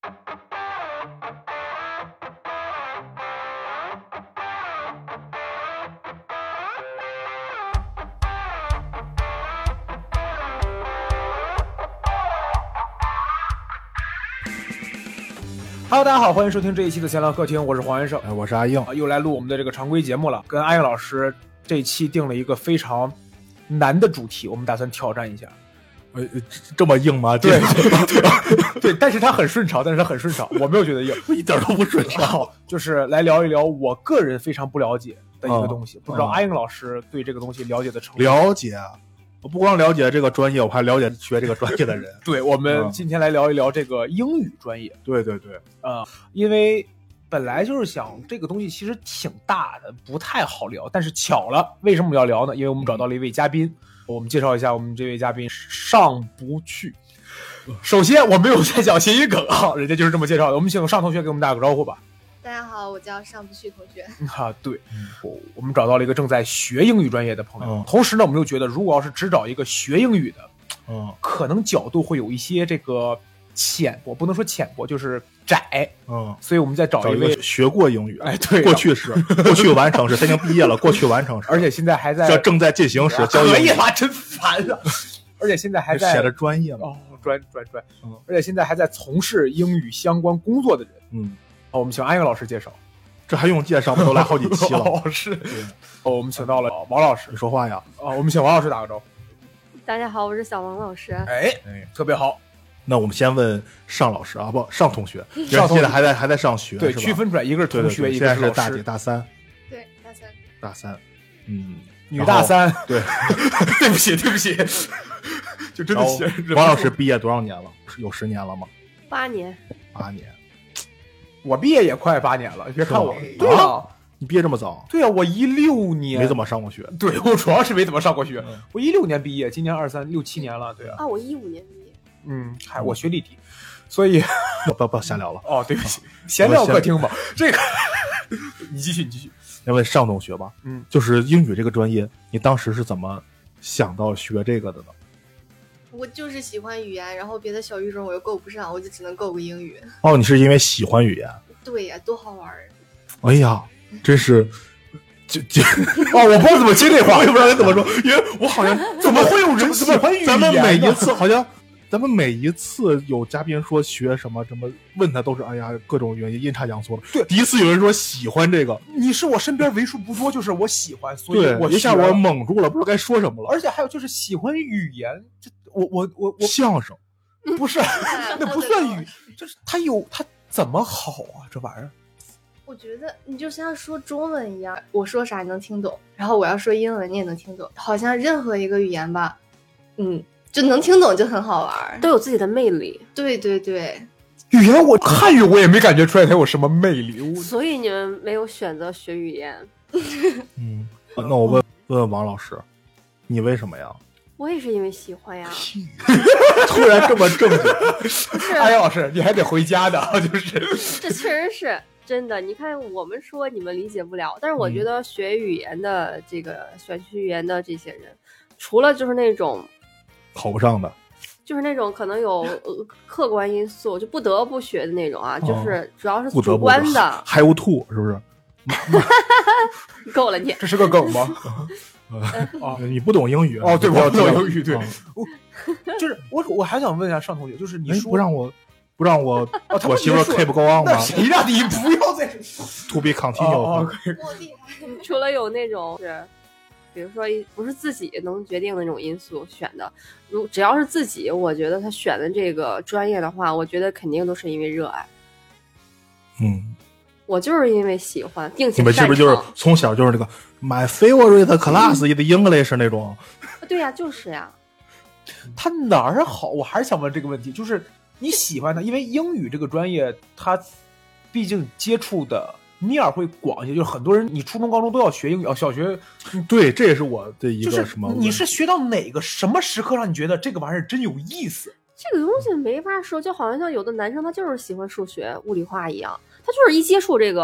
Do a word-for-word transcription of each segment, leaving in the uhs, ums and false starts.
Hello， 大家好，欢迎收听这一期的闲聊客厅，我是黄元胜， 哎，我是阿硬， 又来录我们的这个常规节目了。跟阿硬老师这一期定了一个非常难的主题，我们打算挑战一下。 呃，这么硬吗？ 对对对，但是它很顺畅，但是它很顺畅，我没有觉得硬， 一点都不顺畅。 就是来聊一聊我个人非常不了解的一个东西， 嗯、 不知道阿硬老师对这个东西了解的程度。 了解。我不光了解这个专业，我还了解学这个专业的人。 对，我们今天来聊一聊这个英语专业。 嗯、对对对， 呃，因为本来就是想这个东西其实挺大的，不太好聊。但是巧了，为什么要聊呢？因为我们找到了一位嘉宾，我们介绍一下我们这位嘉宾上不去。首先，我没有在讲谐音梗啊，人家就是这么介绍的。我们请上同学给我们打个招呼吧。 大家好，我叫上不去同学。 啊，对，嗯、我我们找到了一个正在学英语专业的朋友，嗯、同时呢，我们又觉得如果要是只找一个学英语的，嗯，可能角度会有一些这个浅薄，不能说浅薄，就是窄，嗯，所以我们再找一位找一学过英语， 哎，对、啊， 过去式，过去完成时，他已经毕业了，过去完成时， 而且现在还在， 这正在进行时，教可以了，真烦了，而且现在还在写的专业嘛， 哦，专专专，嗯，而且现在还在从事英语相关工作的人，嗯。哦，我们请安英老师介绍， 这还用介绍吗？都来好几期了。 哦，是。哦，我们请到了王老师， 你说话呀？ 哦，我们请王老师打个招呼。 大家好，我是小王老师。 哎哎，特别好。 那我们先问上老师啊，不，上同学，上同学现在还在还在上学， 对，区分出来，一个是同学， 对对对， 一个是老师。现在是大几？大三。 对，大三。 大三，嗯， 女大三。 对， 对不起，对不起，就真的写。 王老师毕业多少年了？有十年了吗？ 八年。 八年。 我毕业也快八年了，你别看我。对啊，你毕业这么早？ 对啊，我一六年没怎么上过学。 对，我主要是没怎么上过学。嗯、我一六年毕业，今年二三六七年了，对啊。 啊，我一五年毕业。 嗯，嗨，我学历低，所以不不不瞎聊了。 哦，对不起，闲聊客厅吧。这个，你继续，你继续。 要问上同学吧，嗯，就是英语这个专业，你当时是怎么想到学这个的呢？ 我就是喜欢语言，然后别的小语种我又够不上，我就只能够个英语。 哦，你是因为喜欢语言？ 对呀，多好玩！ 哎呀，真是，就就哦，我不知道怎么接这话， 我也不知道该怎么说，因为我好像怎么会有人喜欢语言？ 咱们每一次好像，咱们每一次有嘉宾说学什么什么，问他都是哎呀各种原因阴差阳错的。 对， 第一次有人说喜欢这个， 你是我身边为数不多，就是我喜欢，所以我一下我懵住了，不知道该说什么了。 而且还有就是喜欢语言，这。我我我我相声不是那不算语，就是它有它怎么好啊？这玩意儿， 我觉得你就像说中文一样，我说啥你能听懂，然后我要说英文你也能听懂，好像任何一个语言吧，嗯，就能听懂就很好玩， 都有自己的魅力。 对对对， 语言我汉语我也没感觉出来它有什么魅力， 所以你们没有选择学语言。 嗯，那我问问问王老师，你为什么呀？ 我也是因为喜欢呀。 突然这么正经， 哎呀，老师，你还得回家的，就是这确实是真的。你看，我们说你们理解不了，但是我觉得学语言的这个选学语言的这些人，除了就是那种考不上的， 就是那种可能有呃客观因素就不得不学的那种啊，就是主要是主观的， 还有吐是不是？ 够了你， 这是个梗吗？ 哦，你不懂英语哦？对，我不懂英语，对，哦、就是我我还想问一下上同学，就是你说不让我不让我、 哦、 我媳妇 keep go on 吗？ 谁让你不要再 to be continue？ 哦哦、除了有那种是，比如说不是自己能决定的那种因素选的，如只要是自己，我觉得他选的这个专业的话，我觉得肯定都是因为热爱。 嗯。 我就是因为喜欢，并且你们是不是就是从小就是这个 my favorite class is English 那种？ 对呀、啊，就是呀。 他哪儿好？我还是想问这个问题，就是你喜欢他，因为英语这个专业，它毕竟接触的面会广一些，就是很多人你初中、高中都要学英语，哦，小学， 对，这也是我的一个什么？ 就是、你是学到哪个什么时刻让你觉得这个玩意儿真有意思？ 这个东西没法说，就好像像有的男生他就是喜欢数学、物理化一样。他就是一接触这个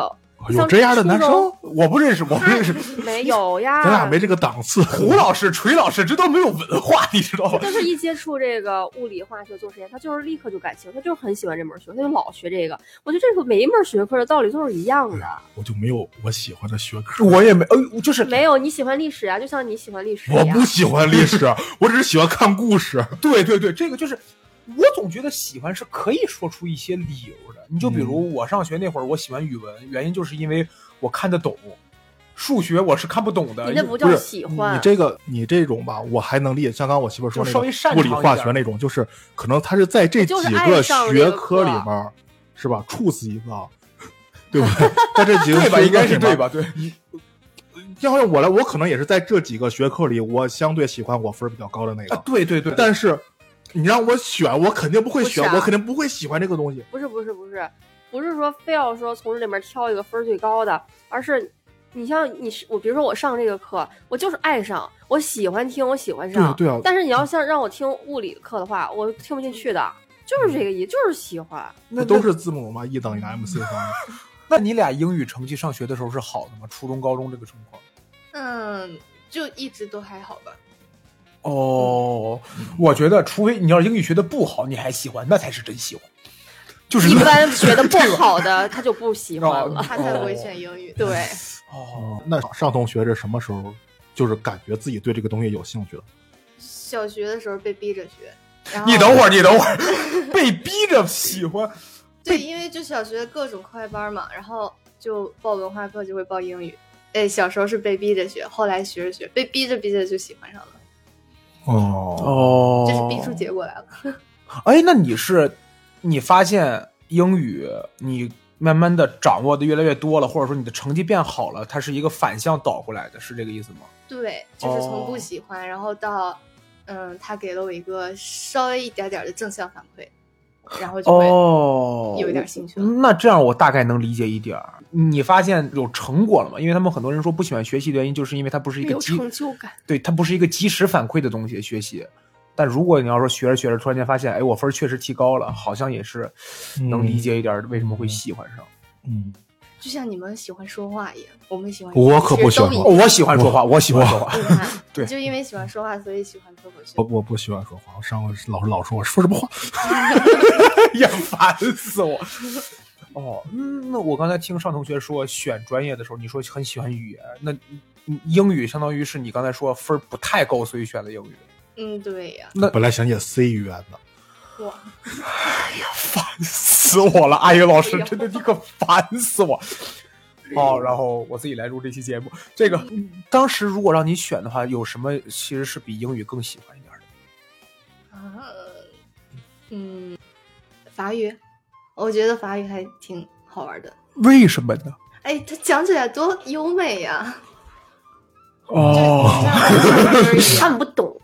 有这样的男生， 我不认识，我不认识。 没有呀， 咱俩没这个档次。 胡老师、锤老师，这都没有文化，你知道吗？ 就是一接触这个物理、化学、做实验，他就是立刻就感兴趣，他就是很喜欢这门学科，他就老学这个。我觉得这个每一门学科的道理都是一样的。 我就没有我喜欢的学科， 我也没，呃，就是没有你喜欢历史啊，就像你喜欢历史一样。 我不喜欢历史，我只是喜欢看故事。 对对对，这个就是。我总觉得喜欢是可以说出一些理由的。你就比如我上学那会儿，我喜欢语文，原因就是因为我看得懂。数学我是看不懂的。 你那不叫喜欢。 你这个你这种吧，我还能理解。像刚刚我媳妇说那个物理化学那种，就是可能他是在这几个学科里面，是吧？处死一个，对吧？在这几个对吧？应该是对吧？对。 要让我来，我可能也是在这几个学科里，我相对喜欢我分比较高的那个。 啊、对对对。 但是。你让我选，我肯定不会选， 啊、 我肯定不会喜欢这个东西。 不是不是不是，不是说非要说从这里面挑一个分最高的，而是你像你我，比如说我上这个课，我就是爱上，我喜欢听，我喜欢上。 对啊。 但是你要像让我听物理课的话，我听不进去的，就是这个意，就是喜欢。 那都是字母嘛 ，E 等于 M C 方。 那你俩英语成绩上学的时候是好的吗？初中、高中这个情况？ 嗯，就一直都还好吧。 哦，我觉得除非你要英语学的不好，你还喜欢，那才是真喜欢。就是一般学的不好的，他就不喜欢了， 他才不会选英语。对。 哦，那上同学是什么时候，就是感觉自己对这个东西有兴趣了？ 小学的时候被逼着学。然后你等会儿，你等会儿，被逼着喜欢。 对，因为就小学各种快班嘛，然后就报文化课就会报英语。哎，小时候是被逼着学，后来学着学，被逼着逼着就喜欢上了。 哦哦， 这是逼出结果来了。 哎，那你是你发现英语你慢慢的掌握的越来越多了，或者说你的成绩变好了，它是一个反向倒过来的，是这个意思吗？ 对，就是从不喜欢，哦、然后到嗯，他给了我一个稍微一点点的正向反馈，然后就会有一点兴趣了。 哦、那这样我大概能理解一点。你发现有成果了吗？因为他们很多人说不喜欢学习的原因，就是因为它不是一个有成就感， 对，它不是一个及时反馈的东西。学习，但如果你要说学着学着，突然间发现，哎，我分确实提高了，好像也是能理解一点为什么会喜欢上。 嗯， 就像你们喜欢说话一样，我们喜欢， 我可不喜欢， 我喜欢说话，我喜欢说话。 对，就因为喜欢说话，所以喜欢脱口秀。 我我不喜欢说话，我上回老师老说我说什么话， 呀，烦死我。哦，嗯，那我刚才听尚同学说选专业的时候，你说很喜欢语言，那英语相当于是你刚才说分不太够，所以选了英语。 嗯，对呀。 那本来想写 C 语言的。 哇， 哎呀，烦死我了！阿英老师，真的你可烦死我。好，然后我自己来录这期节目。这个当时如果让你选的话，有什么其实是比英语更喜欢一点的？ 啊，嗯，法语。我觉得法语还挺好玩的。 为什么呢？ 哎，它讲起来多优美呀！ 哦， 看不懂。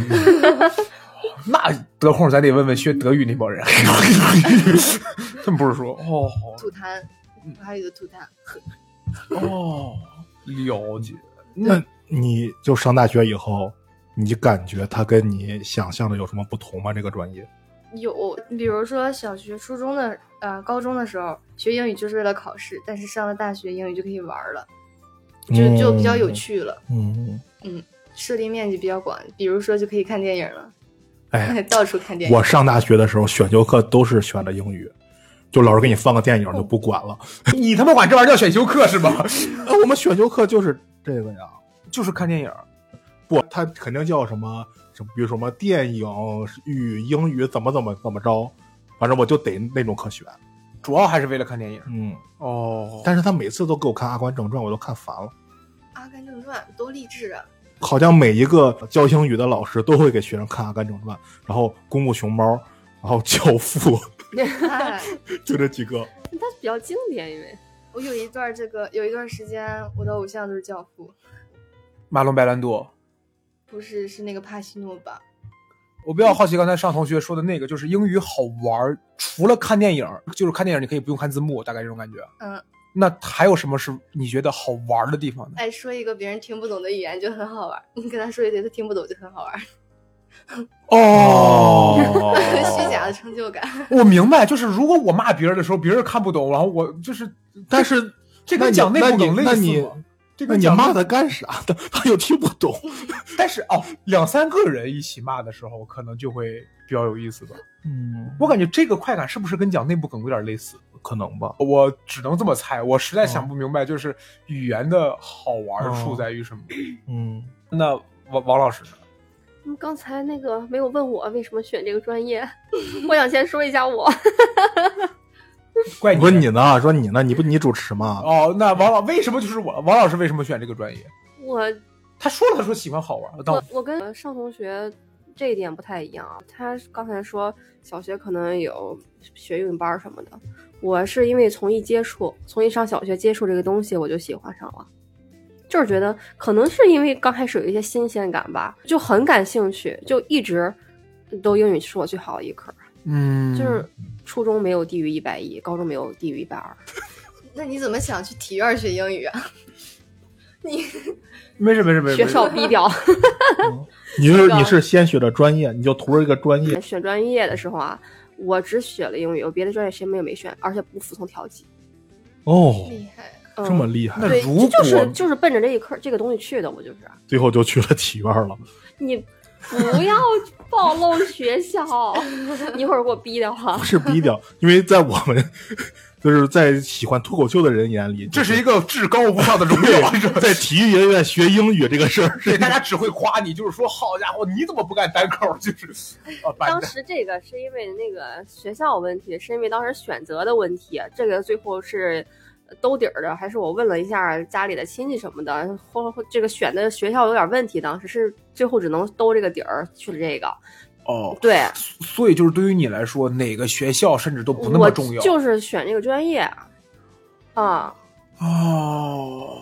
那得空咱得问问学德语那帮人，他们不是说哦， 吐痰，法语的吐痰。 哦，了解。 那你就上大学以后，你感觉它跟你想象的有什么不同吗？这个专业？ 有，比如说小学、初中的呃高中的时候学英语就是为了考试，但是上了大学英语就可以玩了，就就比较有趣了。 嗯嗯，涉猎面积比较广，比如说就可以看电影了。 哎， 到处看电影。 我上大学的时候选修课都是选的英语，就老师给你放个电影就不管了。 你他妈管这玩意儿叫选修课是吧？ 我们选修课就是这个呀， 就是看电影。 不，它肯定叫什么？比如什么电影与英语怎么怎么怎么着，反正我就得那种课选， 主要还是为了看电影。 嗯， 哦， 但是他每次都给我看《阿甘正传》，我都看烦了。 阿甘正传多励志啊！ 好像每一个教英语的老师都会给学生看《阿甘正传》，然后《功夫熊猫》，然后《教父》就这几个。 它比较经典，因为我有一段这个有一段时间，我的偶像都是教父。 马龙白兰度。 不是，是那个帕西诺吧？ 我比较好奇刚才尚同学说的那个，就是英语好玩，除了看电影，就是看电影你可以不用看字幕，大概这种感觉。 嗯， 那还有什么是你觉得好玩的地方呢？ 哎，说一个别人听不懂的语言就很好玩，你跟他说一堆他听不懂就很好玩。 哦， 虚假的成就感。 我明白，就是如果我骂别人的时候，别人看不懂，然后我就是， 但是这跟讲内部梗类似吗？这个你骂他干啥的？他又听不懂。 但是哦，两三个人一起骂的时候，可能就会比较有意思吧。 嗯， 我感觉这个快感是不是跟讲内部梗有点类似？ 可能吧， 我只能这么猜，我实在想不明白，就是语言的好玩处在于什么？ 嗯， 那王王老师呢？ 嗯，刚才那个没有问我为什么选这个专业，我想先说一下我。 怪你， 不是你呢？说你呢？你不你主持吗？ 哦，那王老为什么就是我？王老师为什么选这个专业？ 我他说了，他说喜欢好玩。 我我跟尚同学这一点不太一样啊。他刚才说小学可能有学英语班什么的，我是因为从一接触，从一上小学接触这个东西，我就喜欢上了。就是觉得可能是因为刚开始有一些新鲜感吧，就很感兴趣，就一直都英语是我最好的一科。 嗯， 就是初中没有低于一百一，高中没有低于一百二。 那你怎么想去体院学英语啊？你没事没事没事， 学少逼掉。 嗯、你是你是先学的专业，你就图着一个专业。 选专业的时候啊，我只学了英语，我别的专业谁没有没选，而且不服从调剂。 哦， 厉害。 这么厉害？ 对， 那如果就是就是奔着这一科这个东西去的，我就是。 最后就去了体院了。 你不要暴露学校，你一会儿给我逼掉哈。 不是逼掉，因为在我们就是在喜欢脱口秀的人眼里， 这是一个至高无上的荣耀。 在体育学院学英语这个事儿， 对大家只会夸你，就是说好家伙，你怎么不干单口？就是、啊、 当时这个是因为那个学校问题，是因为当时选择的问题，这个最后是。兜底儿的，还是我问了一下家里的亲戚什么的，或这个选的学校有点问题，当时是最后只能兜这个底儿去了这个。 哦， 对， 所以就是对于你来说，哪个学校甚至都不那么重要， 我就是选这个专业啊。 哦，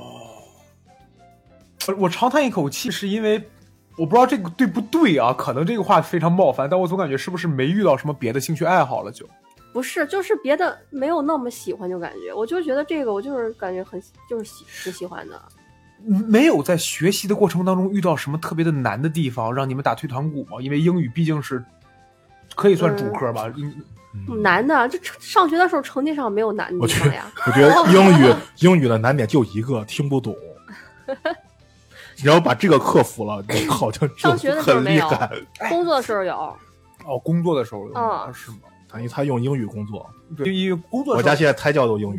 我长叹一口气，是因为我不知道这个对不对啊？可能这个话非常冒犯，但我总感觉是不是没遇到什么别的兴趣爱好了就。 不是，就是别的没有那么喜欢，就感觉我就觉得这个我就是感觉很就是喜挺喜欢的。 没有在学习的过程当中遇到什么特别的难的地方让你们打退堂鼓吗？因为英语毕竟是可以算主科吧。 嗯、难的，就上学的时候成绩上没有难的地方呀。 我觉得英语英语的难点就一个，听不懂。然后把这个克服了，你好像上学的时候没有，工作的时候有。 哦，工作的时候有， 嗯， 是吗？ 等于他用英语工作， 对，因为工作。 我家现在胎教都英语。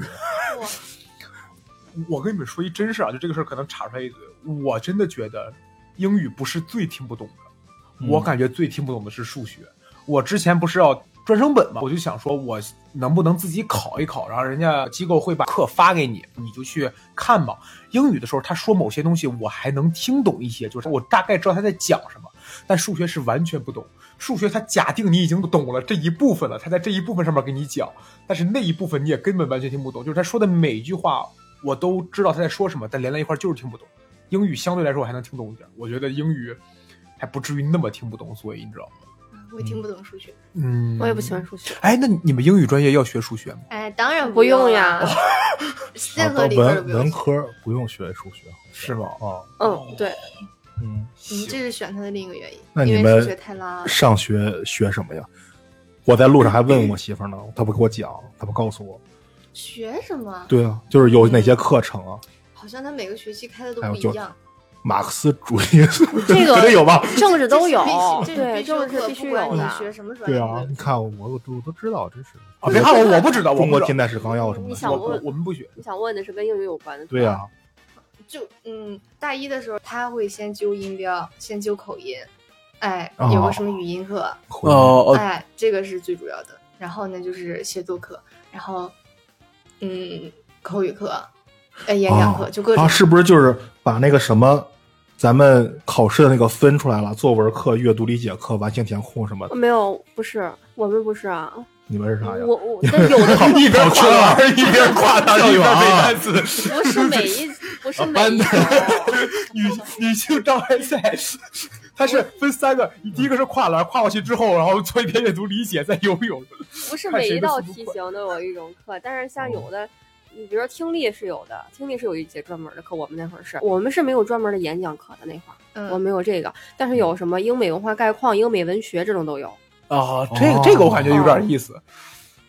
我跟你们说一真事啊，就这个事儿可能插出来一嘴，我真的觉得英语不是最听不懂的， 嗯、 我感觉最听不懂的是数学。我之前不是要专升本嘛，我就想说我能不能自己考一考，然后人家机构会把课发给你，你就去看嘛。英语的时候他说某些东西我还能听懂一些，就是我大概知道他在讲什么，但数学是完全不懂。数学它假定你已经懂了这一部分了，他在这一部分上面给你讲，但是那一部分你也根本完全听不懂，就是他说的每一句话我都知道他在说什么，但连在一块就是听不懂。英语相对来说我还能听懂一点，我觉得英语还不至于那么听不懂，所以你知道吗？ 我也听不懂数学。 嗯， 我也不喜欢数学。 哎，那你们英语专业要学数学吗？ 哎，当然不用呀。 任何理科都不用。 文科不用学数学， 是吗？ 啊， 嗯，对。 嗯， 你这是选它的另一个原因。 那你们数学太拉了。 上学学什么呀？我在路上还问我媳妇呢，她不给我讲，她不告诉我。 学什么？ 对啊，就是有哪些课程啊？ 好像他每个学期开的都不一样。 马克思主义， 这个有吧？ 政治都有， 对， 政治必须有的。 学什么专业？ 对啊，你看我我都都知道，真是。 啊，别看我，我不知道。 中国近代史纲要什么的。 你想问， 我们不学。 你想问的是跟英语有关的。 对啊。 就嗯，大一的时候他会先揪音标，先揪口音，哎，有个什么语音课， 哦， 哎，这个是最主要的。然后呢，就是写作课，然后嗯，口语课，呃，演讲课，就各种。 啊，是不是就是把那个什么，咱们考试的那个分出来了？作文课、阅读理解课、完形填空什么的？ 没有，不是，我们不是啊。 你们是啥呀？ 我我但有的一边夸他一边夸他一边背单词， 不是每一不是每一女女性障碍赛，它是分三个，第一个是跨栏，跨过去之后，然后做一遍阅读理解，再游泳。 不是每一道题型都有一种课，但是像有的，你比如说听力是有的，听力是有一节专门的课，我们那会儿是我们是没有专门的演讲课的那会儿，嗯，我没有这个，但是有什么英美文化概况、英美文学这种都有。 啊，这个这个我感觉有点意思。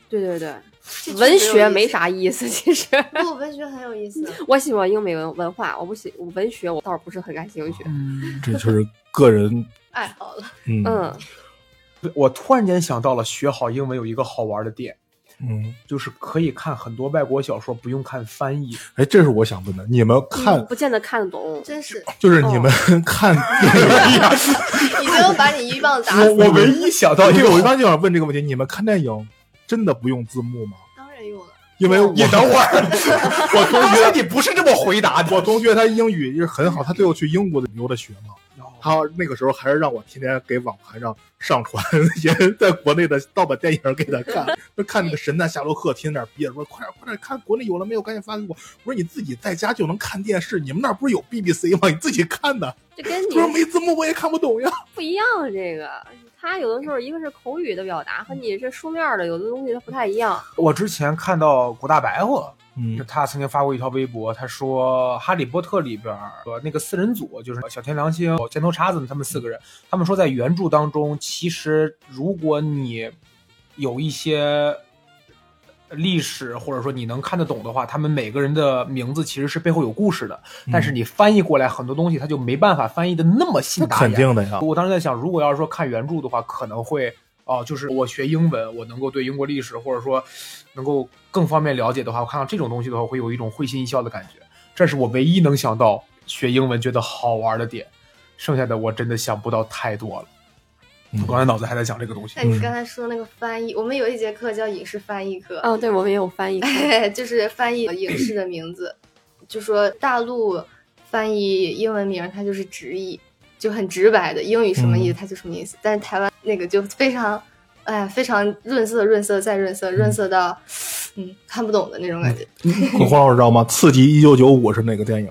对对对，文学没啥意思，其实不，文学很有意思。 我喜欢英美文文化，我不喜我文学我倒是不是很感兴趣。 嗯，这就是个人爱好了。 嗯嗯， 我突然间想到了学好英文有一个好玩的点。 嗯， 就是可以看很多外国小说，不用看翻译。 哎，这是我想问的，你们看、 嗯、不见得看得懂， 真是。 就是你们、哦、看电影，已经把你一棒子打死了。 我我唯一想到， 因为我一般就想问这个问题：你们看电影真的不用字幕吗？ 当然用了。 因为你等会儿，我同学你不是这么回答的。 我同学他英语是很好，他最后去英国的留的学嘛。他那个时候还是让我天天给网盘上上传也在国内的盗版电影给他看，就看那个神探夏洛克，天天那憋着说快点快点看国内有了没有，赶紧发给我。我说你自己在家就能看电视，你们那儿不是有 B B C 吗？你自己看的。 这跟你说没字幕我也看不懂呀。 不一样，这个他有的时候一个是口语的表达和你是书面的，有的东西它不太一样。 我之前看到古大白话。 嗯， 他曾经发过一条微博，他说《哈利波特》里边呃那个四人组，就是小天良星、尖头叉子他们四个人，他们说在原著当中，其实如果你有一些历史或者说你能看得懂的话，他们每个人的名字其实是背后有故事的， 嗯、 但是你翻译过来很多东西，他就没办法翻译的那么信达雅。 肯定的呀。 我当时在想，如果要是说看原著的话，可能会。哦，就是我学英文，我能够对英国历史或者说能够更方便了解的话，我看到这种东西的话，会有一种会心一笑的感觉。这是我唯一能想到学英文觉得好玩的点，剩下的我真的想不到太多了。嗯、我刚才脑子还在想这个东西。 那你刚才说那个翻译，嗯、我们有一节课叫影视翻译课。 哦，对，我们也有翻译课， 就是翻译影视的名字，就说大陆翻译英文名，它就是直译。就很直白的英语什么意思它就什么意思、嗯、但是台湾那个就非常哎非常润色润色再润色润色到嗯看不懂的那种感觉。 黄老师知道吗？刺激一九九五是哪个电影？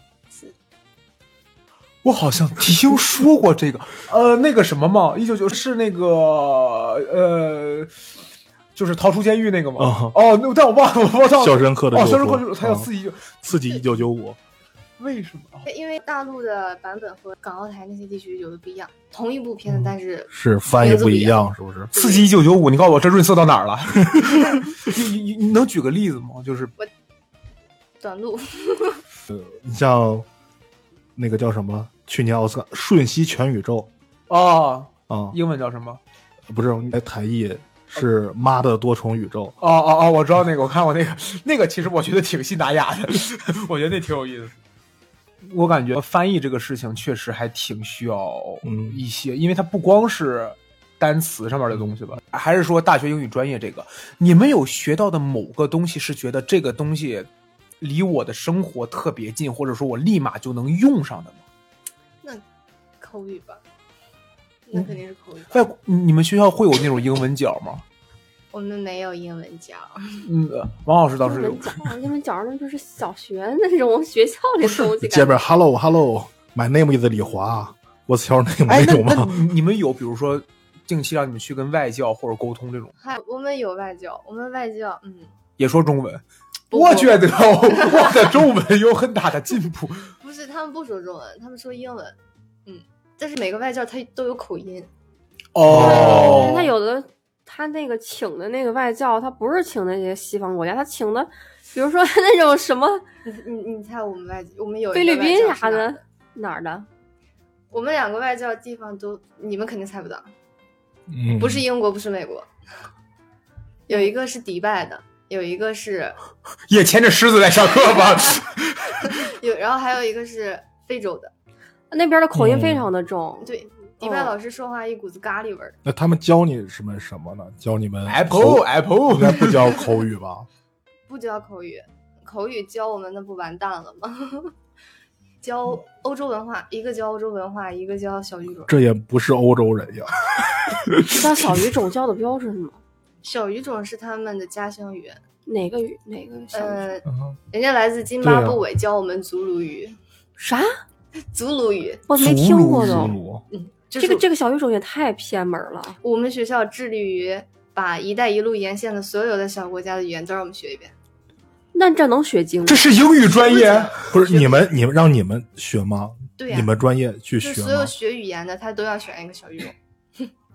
我好像听说过这个呃那个什么嘛一九九是那个呃就是逃出监狱那个吗？哦，哦那但我忘了我忘了肖申克的哦肖申克他叫刺激、哦、 刺激一九九五。 为什么？ 因为大陆的版本和港澳台那些地区有的不一样，同一部片子，嗯、但是是翻译不一样，是不是？ 刺激一九九五，你告诉我这润色到哪儿了？你你你能举个例子吗？就是我短路。 呃，你像那个叫什么？去年奥斯卡《瞬息全宇宙》 哦啊、嗯， 英文叫什么？ 不是台译是妈的多重宇宙。 哦哦哦，我知道那个，我看过那个，那个其实我觉得挺信达雅的，我觉得那挺有意思。我感觉翻译这个事情确实还挺需要一些，嗯、因为它不光是单词上面的东西吧，还是说大学英语专业这个，你们有学到的某个东西是觉得这个东西离我的生活特别近，或者说我立马就能用上的吗？ 那口语吧，那肯定是口语。 在你们学校会有那种英文角吗？ 我们没有英文角。 嗯，王老师倒是有。 英文角那就是小学那种学校里的东西。 见面 ，Hello Hello，My name is 李华 ，What's your name？ 那种吗？ 你们有比如说定期让你们去跟外教或者沟通这种？ 还我们有外教，我们外教嗯也说中文。我觉得我的中文有很大的进步。 不是，他们不说中文，他们说英文。嗯，但是每个外教他都有口音。 哦， 他有的。他那个请的那个外教，他不是请那些西方国家，他请的，比如说那种什么， 你你你猜我们外我们有菲律宾啥的，哪儿的？ 我们两个外教地方都，你们肯定猜不到， 嗯， 不是英国，不是美国，有一个是迪拜的，有一个是也牵着狮子在上课吧， 有，然后还有一个是非洲的， 那边的口音非常的重， 嗯、对。迪拜老师说话一股子咖喱味儿。 那他们教你什么什么呢？教你们 Apple Apple 应该不教口语吧？ 不教口语，口语教我们那不完蛋了吗？教欧洲文化，一个教欧洲文化，一个教小语种。 这也不是欧洲人呀。 教小语种教的标准吗？ 小语种是他们的家乡语言。 哪个语？哪个小语种？ 呃，嗯、人家来自津巴布韦，教我们祖鲁语。 啥？ 祖鲁语？ 我没听过的。 嗯。 就是、这个这个小语种也太偏门了。 我们学校致力于把“一带一路”沿线的所有的小国家的语言都让我们学一遍。 那这能学精吗？ 这是英语专业？ 不是你们你们让你们学吗？ 对呀、啊， 你们专业去学吗？ 所有学语言的他都要选一个小语种。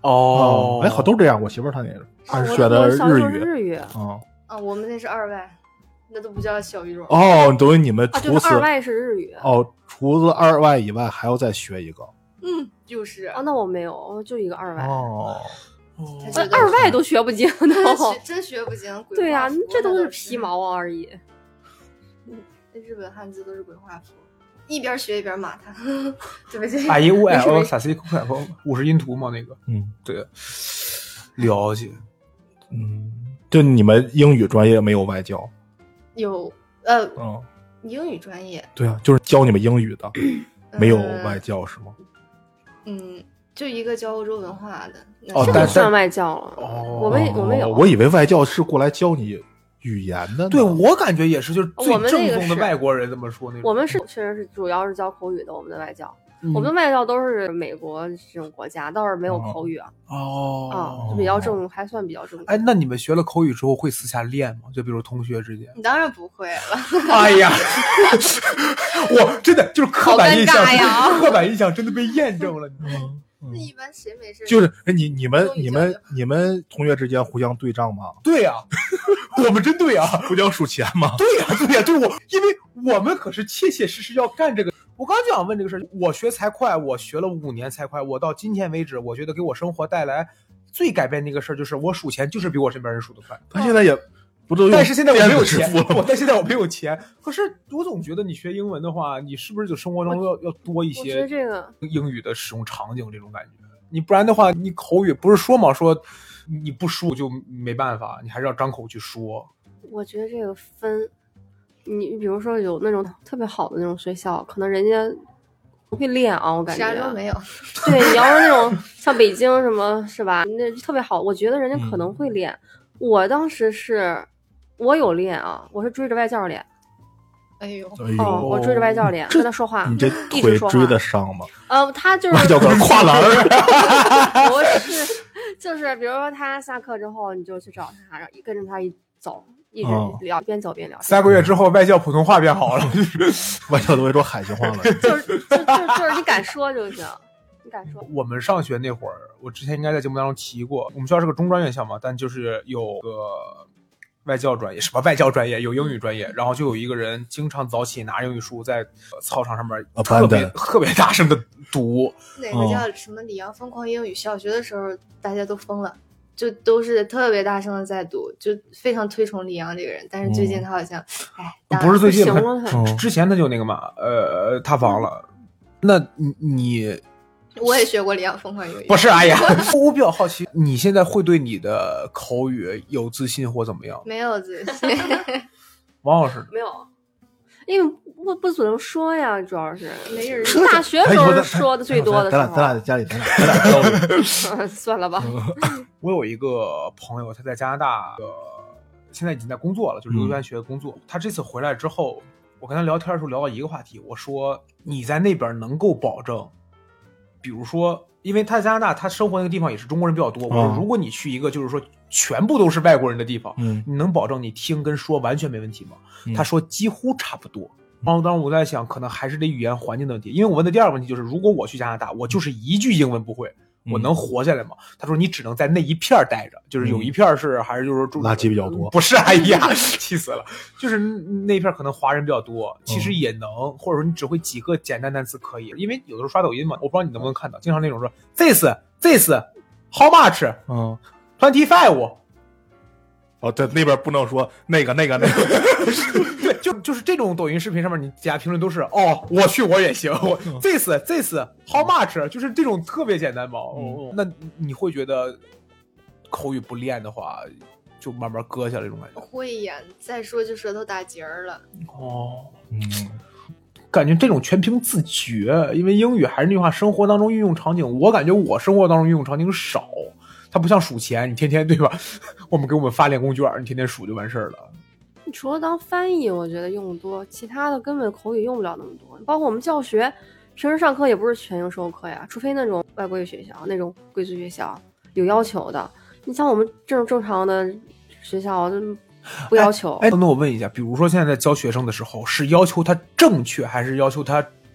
哦， 哎，好都这样。我媳妇儿她那个，她哦是学的我小时候日语。 日语啊啊，我们那是二外，那都不叫小语种。 哦，等于你们啊， 除此就是二外是日语。 哦，除了二外以外，还要再学一个。 嗯，就是哦，那我没有，我就一个二外。 哦， 他觉得我二外都学不精真都。 学真学不精。鬼对呀、 画符这都是那皮毛而已。 日本汉字都是鬼画符，一边学一边骂他，对不对？ 啊一 u 没事 l 没事萨西库凯夫五十音图嘛，那个， 嗯对，了解。 嗯，就你们英语专业没有外教？ 有呃嗯， 英语专业， 对啊，就是教你们英语的，没有呃外教是吗？ 嗯，就一个教欧洲文化的。那哦但这个算外教了。 哦我们我们有， 哦我以为外教是过来教你语言的呢。 对我感觉也是，就是最我们那个正宗的是外国人这么说那种。 我们是确实是主要是教口语的，我们的外教， 嗯我们的外教都是美国这种国家，倒是没有口语啊， 哦啊，就比较正，还算比较正。 哎，那你们学了口语之后会私下练吗？就比如同学之间？ 你当然不会了， 哎呀，我真的就是刻板印象， 好尴尬呀刻板印象真的被验证了。你知道吗？ 嗯那一般谁没事？ 就是哎，你你们英语你们教你们同学之间互相对账吗？ 对呀、我们真对呀、 互相数钱吗？ 对呀、对呀、对我，因为我们可是切切实实要干这个。我刚就想问这个事儿，我学财会，我学了五年财会，我到今天为止，我觉得给我生活带来最改变的一个事儿，就是我数钱就是比我身边人数的快。 他现在也不都用但是现在我没有电子支钱， 付了吗？ 我但现在我没有钱。可是我总觉得你学英文的话，你是不是就生活中要要多一我觉得些这个英语的使用场景这种感觉？你不然的话，你口语不是说嘛，说你不说就没办法，你还是要张口去说。 我觉得这个分，你你比如说有那种特别好的那种学校，可能人家不会练啊，我感石家庄觉。 没有， 对，你要是那种像北京什么是吧，那特别好，我觉得人家可能会练。 嗯我当时是，我有练啊，我是追着外教练。 哎呦， 哎呦， 哦，我追着外教练跟他说话， 你这一腿直说话。 追得上吗？ 呃，他就是外教搁那跨栏儿。 不是，就是比如说他下课之后，你就去找他，然后跟着他一走，一直哦聊，边走边聊。 三个月之后，外教普通话变好了。 外教都会说海星话了。 就是就就就是你敢说就行，你敢说。 我们上学那会儿，我之前应该在节目当中提过，我们学校是个中专院校嘛，但就是有个外教专业，什么外教专业，有英语专业，然后就有一个人经常早起拿英语书在操场上面特别 Abandon 特别大声的读。 哪个叫什么里昂疯狂英语？小学的时候大家都疯了，就都是特别大声的在读，就非常推崇里昂这个人。但是最近他好像，哎、大不是最近不行吧了他嗯之前他就那个嘛，呃，塌房了。那你你我也学过里昂疯狂英语， 不是？哎呀，我比较好奇，你现在会对你的口语有自信或怎么样？ 没有自信。 王老师， 没有，因为不不怎么说呀，主要是没人说大学时候是说的最多的时咱俩咱俩候。 在家里，咱俩咱俩交流。 算了吧， 我有一个朋友，他在加拿大，呃，现在已经在工作了，就是留学学工作。他这次回来之后，我跟他聊天的时候聊到一个话题，我说你在那边能够保证，比如说，因为他在加拿大，他生活那个地方也是中国人比较多。我说，如果你去一个就是说全部都是外国人的地方， 嗯你能保证你听跟说完全没问题吗？ 嗯他说几乎差不多。然后当时我在想，可能还是得语言环境的问题。因为我问的第二个问题就是，如果我去加拿大，我就是一句英文不会，我能活下来吗？他说你只能在那一片待着，就是有一片是还是就是说垃圾比较多不是？哎呀，气死了！就是那片可能华人比较多，其实也能，或者说你只会几个简单单词可以。因为有的时候刷抖音嘛，我不知道你能不能看到，经常那种说 this this how much 嗯， twenty five。 哦，对，那边不能说那个那个那个。 对，就就是这种抖音视频上面，你底下评论都是哦，我去我也行，我嗯 this this how much，就是这种特别简单嘛。 嗯哦，那你会觉得口语不练的话，就慢慢搁下来这种感觉？ 会呀，再说就舌头打结儿了。 哦， 嗯， 感觉这种全凭自觉，因为英语还是那句话，生活当中运用场景，我感觉我生活当中运用场景少。它不像数钱，你天天对吧？我们给我们发练功卷，你天天数就完事儿了。 除了当翻译，我觉得用多，其他的根本口语用不了那么多。包括我们教学，平时上课也不是全英授课呀，除非那种外国语学校、那种贵族学校有要求的。你像我们这种正常的学校，就不要求。 哎，那我问一下，比如说现在在教学生的时候，是要求他正确，还是要求他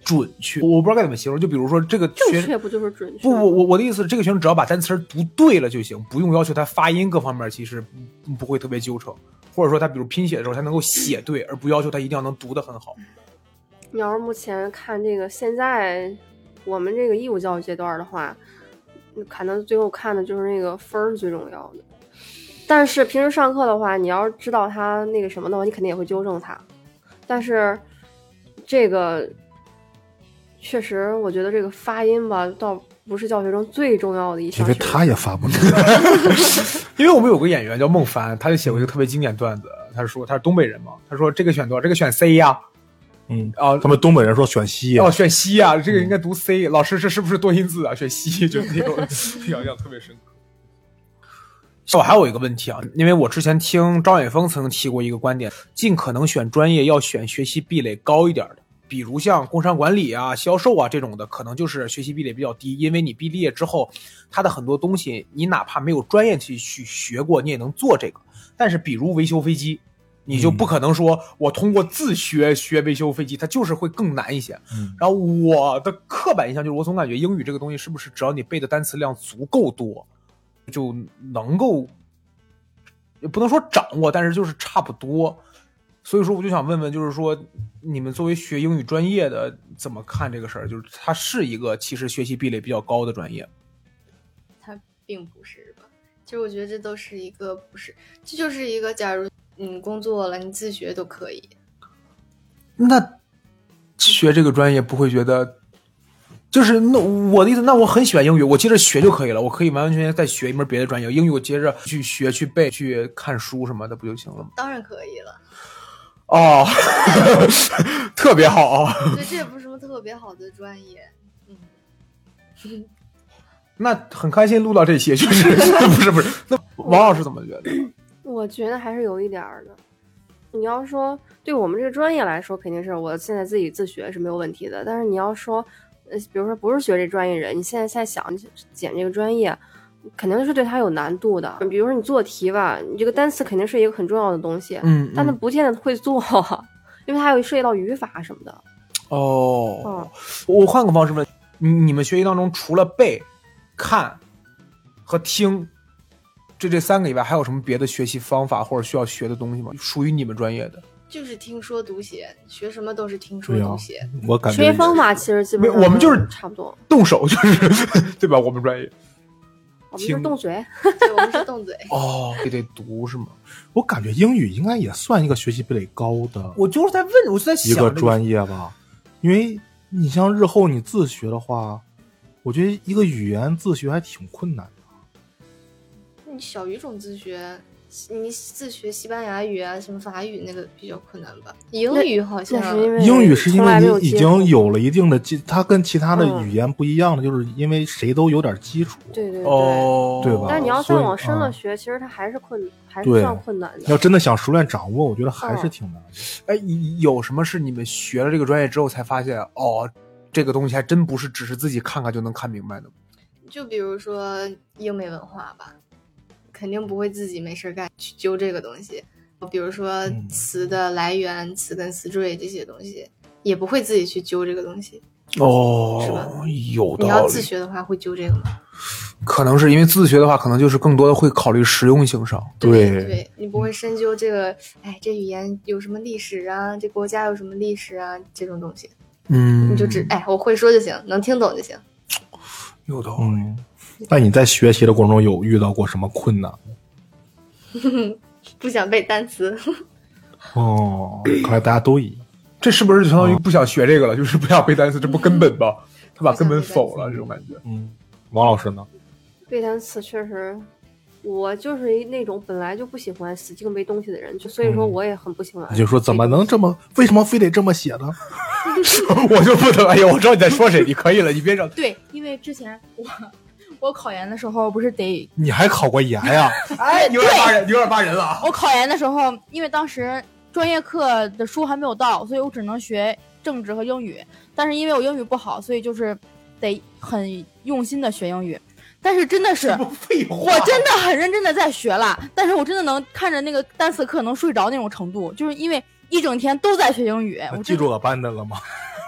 准确，我不知道该怎么形容。就比如说这个学正确不就是准确？ 不，我我我的意思是，这个学生只要把单词读对了就行，不用要求他发音各方面其实不不会特别纠正，或者说他比如拼写的时候他能够写对，而不要求他一定要能读得很好。 你要是目前看这个现在我们这个义务教育阶段的话，可能最后看的就是那个分儿最重要的。但是平时上课的话，你要是知道他那个什么的话，你肯定也会纠正他。但是这个确实，我觉得这个发音吧，倒不是教学中最重要的一项。 因为他也发不出来。 因为我们有个演员叫孟凡，他就写过一个特别经典段子，他说他是东北人嘛，他说这个选多少？这个选 C 呀、啊。 嗯啊，他们东北人说选西哦，选西呀、啊，这个应该读 C、嗯。老师，这是不是多音字啊？选西，就那种印象特别深刻。我还有一个问题啊，因为我之前听张远峰曾经提过一个观点，尽可能选专业要选学习壁垒高一点的，比如像工商管理啊、销售啊这种的，可能就是学习壁垒比较低，因为你毕业之后，它的很多东西你哪怕没有专业去去学过，你也能做这个。但是比如维修飞机，你就不可能说我通过自学学维修飞机，它就是会更难一些。 嗯、 然后我的刻板印象就是，我总感觉英语这个东西是不是只要你背的单词量足够多，就能够，也不能说掌握，但是就是差不多。所以说我就想问问，就是说你们作为学英语专业的怎么看这个事儿？就是它是一个其实学习壁垒比较高的专业？ 它并不是吧？其实我觉得这都是一个不是，这就是一个假如你工作了，你自学都可以。 那学这个专业不会觉得？就是那我的意思，那我很喜欢英语，我接着学就可以了，我可以完完全全再学一门别的专业，英语我接着去学、去背、去看书什么的，不就行了吗？ 当然可以了。 哦，特别好啊！ 对，这也不是什么特别好的专业。嗯， 那很开心录到这些，就是不是不是？那王老师怎么觉得？ 我觉得还是有一点的。你要说对我们这个专业来说，肯定是我现在自己自学是没有问题的，但是你要说。呃，比如说不是学这专业人，你现在在想捡这个专业，肯定是对他有难度的。比如说你做题吧，你这个单词肯定是一个很重要的东西， 嗯，嗯但他不见得会做，因为它有涉及到语法什么的。 哦， 嗯、 我换个方式问，你们学习当中除了背、看和听这这三个以外，还有什么别的学习方法或者需要学的东西吗？属于你们专业的？ 就是听说读写，学什么都是听说读写。 我感觉学习方法其实基本上我们就是差不多， 动手就是对吧？我们专业我们是动嘴， 对，我们是动嘴。 哦，也得读是吗？ 我感觉英语应该也算一个学习壁垒高的， 我就是在问，我是在想一个专业吧。因为你像日后你自学的话，我觉得一个语言自学还挺困难的。 你小语种自学。你自学西班牙语啊，什么法语那个比较困难吧？英语好像是因为英语是因为你已经有了一定的基，它跟其他的语言不一样的，嗯、就是因为谁都有点基础。 对对对， 哦， 对吧？ 但是你要再往深了学，嗯、其实它还是困，还是算困难的。 要真的想熟练掌握，我觉得还是挺难的。 哎、哦，有什么是你们学了这个专业之后才发现，哦，这个东西还真不是只是自己看看就能看明白的？ 就比如说英美文化吧。肯定不会自己没事干去揪这个东西，比如说词的来源、嗯、词根词缀这些东西，也不会自己去揪这个东西。 哦， 是吧？ 有道理。 你要自学的话，会揪这个吗？ 可能是因为自学的话，可能就是更多的会考虑实用性上。 对对，你不会深究这个，哎，这语言有什么历史啊？这国家有什么历史啊？这种东西， 嗯， 你就只哎，我会说就行，能听懂就行。 有道理。 嗯，那你在学习的过程中有遇到过什么困难吗？ 不想背单词。 哦，看来大家都一样。 这是不是就相当于不想学这个了？哦、就是不想背单词，这不根本吧？他把根本否了，这种感觉。 嗯，王老师呢？ 背单词确实，我就是那种本来就不喜欢死记背东西的人，就所以说我也很不喜欢。 你、嗯、就说怎么能这么？为什么非得这么写呢？ 我就不能。哎呀，我知道你在说谁，你可以了，你别整。 对，因为之前我我考研的时候不是得， 你还考过研呀？ 哎，有点骂人，有点骂人了。 我考研的时候，因为当时专业课的书还没有到，所以我只能学政治和英语。但是因为我英语不好，所以就是得很用心的学英语。但是真的是，我真的很认真的在学了，但是我真的能看着那个单词课能睡着那种程度，就是因为一整天都在学英语。 我记住了班的了吗？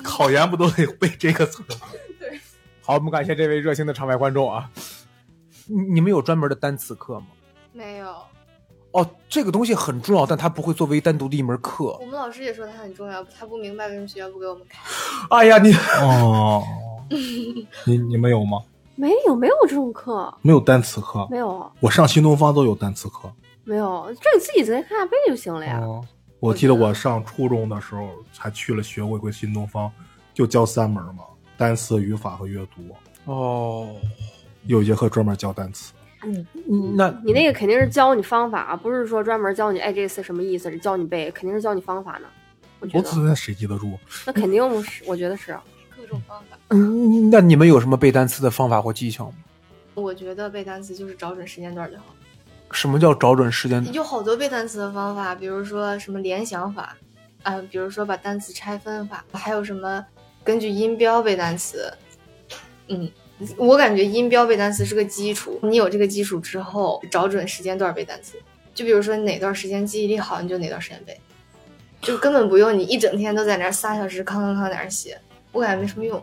考研不都得背这个词？ 对。 好，我们感谢这位热心的场外观众啊。你你们有专门的单词课吗？ 没有。 哦，这个东西很重要，但它不会作为单独的一门课。 我们老师也说它很重要，他不明白为什么学校不给我们开。 哎呀，你哦，你你们有吗？ 没有，没有这种课， 没有单词课， 没有。 我上新东方都有单词课， 没有，这你自己在看背就行了呀。 哦，我记得我上初中的时候还去了学过一回新东方，就教三门嘛，单词、语法和阅读。 哦， 有一节课专门教单词。 嗯，那你那个肯定是教你方法，不是说专门教你哎这次什么意思，是教你背，肯定是教你方法呢。我觉得。 我那谁记得住？ 那肯定是，我觉得是各种方法。 嗯，那你们有什么背单词的方法或技巧吗？ 我觉得背单词就是找准时间段就好。 什么叫找准时间段？ 有好多背单词的方法，比如说什么联想法，啊、呃，比如说把单词拆分法，还有什么根据音标背单词。嗯。我感觉音标背单词是个基础，你有这个基础之后，找准时间段背单词。就比如说你哪段时间记忆力好，你就哪段时间背，就根本不用你一整天都在那仨小时康康康在那写，我感觉没什么用。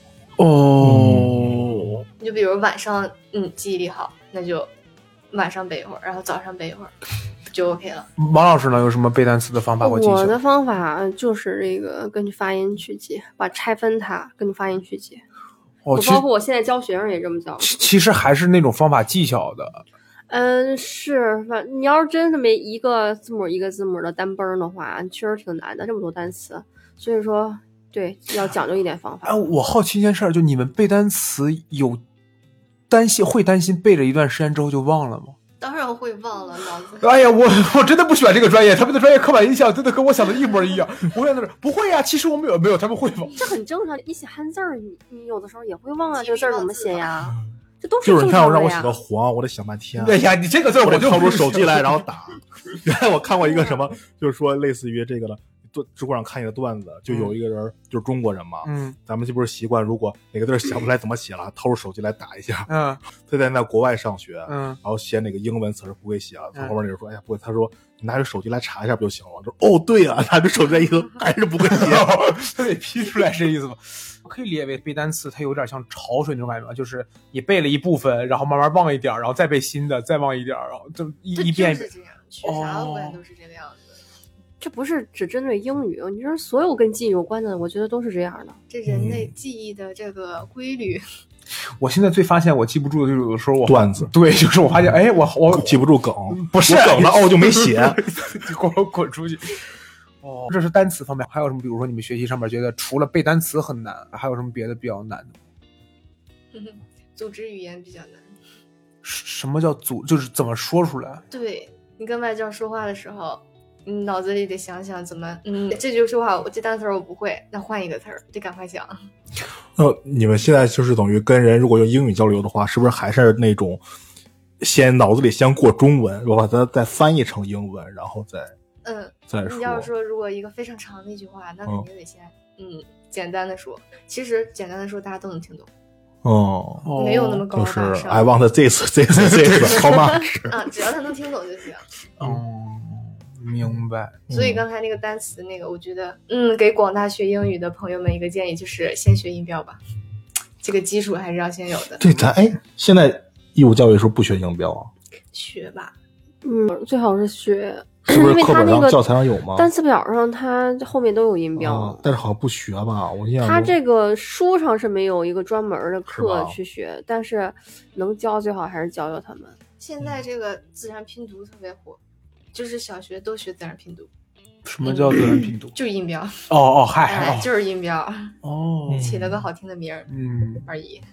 哦， 你就比如晚上，嗯，记忆力好，那就晚上背一会儿，然后早上背一会儿，就 OK 了。 王老师呢，有什么背单词的方法或技巧？ 我的方法就是这个根据发音去记，把拆分它，根据发音去记。 哦， 我包括我现在教学生也这么教。 其实还是那种方法技巧的。 嗯，是，反你要是真的没一个字母一个字母的单崩的话，确实挺难的，这么多单词。所以说，对，要讲究一点方法。 哎，我好奇一件事儿，就你们背单词有担心会担心背了一段时间之后就忘了吗？ 当然会忘了，脑子。 哎呀，我我真的不选这个专业，他们的专业刻板印象真的跟我想的一模一样。我想的是不会呀，其实我们有没有，他们会忘。 这很正常，你写汉字儿，你你有的时候也会忘啊，这个字儿怎么写呀？这都是就是你看我让我写个黄，我得想半天。 对呀，你这个字我就掏出手机来然后打。原来我看过一个什么，就是说类似于这个的。知乎上看一个段子，就有一个人、嗯、就是中国人嘛， 嗯， 咱们这不是习惯，如果哪个字想不出来怎么写了，掏出手机来打一下， 嗯， 他在那国外上学， 嗯， 然后写哪个英文词不会写了，他后面那人说，哎呀不会，他说你拿着手机来查一下不就行了？我说哦对啊，拿着手机来一个还是不会写， 他得批出来是这意思吗？可以理解为背单词，它有点像潮水那种感觉吧，就是你背了一部分，然后慢慢忘一点，然后再背新的，再忘一点，然后就一一遍一遍。 就是这样，学啥我感觉都是这个样子。 这不是只针对英语，你说所有跟记忆有关的，我觉得都是这样的。 这人类记忆的这个规律，嗯、 我现在最发现我记不住的就是有的时候我段子， 对，就是我发现，哎，我我记不住梗， 不是梗了哦就没写， 给我滚出去。哦，这是单词方面，还有什么？比如说你们学习上面觉得除了背单词很难，还有什么别的比较难的？ 嗯、组织语言比较难。 什么叫组？就是怎么说出来？ 对，你跟外教说话的时候。你脑子里得想想怎么，嗯，这句说话我这单词我不会，那换一个词儿，得赶快想。 那你们现在就是等于跟人如果用英语交流的话，是不是还是那种先脑子里先过中文，然后把它再翻译成英文，然后再嗯再说？ 你要是说如果一个非常长的一句话，那肯定得先 嗯, 嗯简单的说。其实简单的说大家都能听懂。 哦， 没有那么高大上。 就是 I want this this this how much 啊，只要他能听懂就行。 哦。明白。 所以刚才那个单词那个，我觉得，嗯，给广大学英语的朋友们一个建议，就是先学音标吧，这个基础还是要先有的。 对，咱哎，现在义务教育是不是不学音标啊？ 学吧， 嗯，最好是学， 是不是因为他那个教材上有吗？ 单词表上它后面都有音标， 啊、但是好像不学吧？我印象中他这个书上是没有一个专门的课去学，但是能教最好还是教教他们。 现在这个自然拼读特别火。就是小学都学自然拼读。 什么叫自然拼读？ 就是音标。 哦哦，嗨， 哎，就是音标。 哦， 起了个好听的名儿， 嗯而已。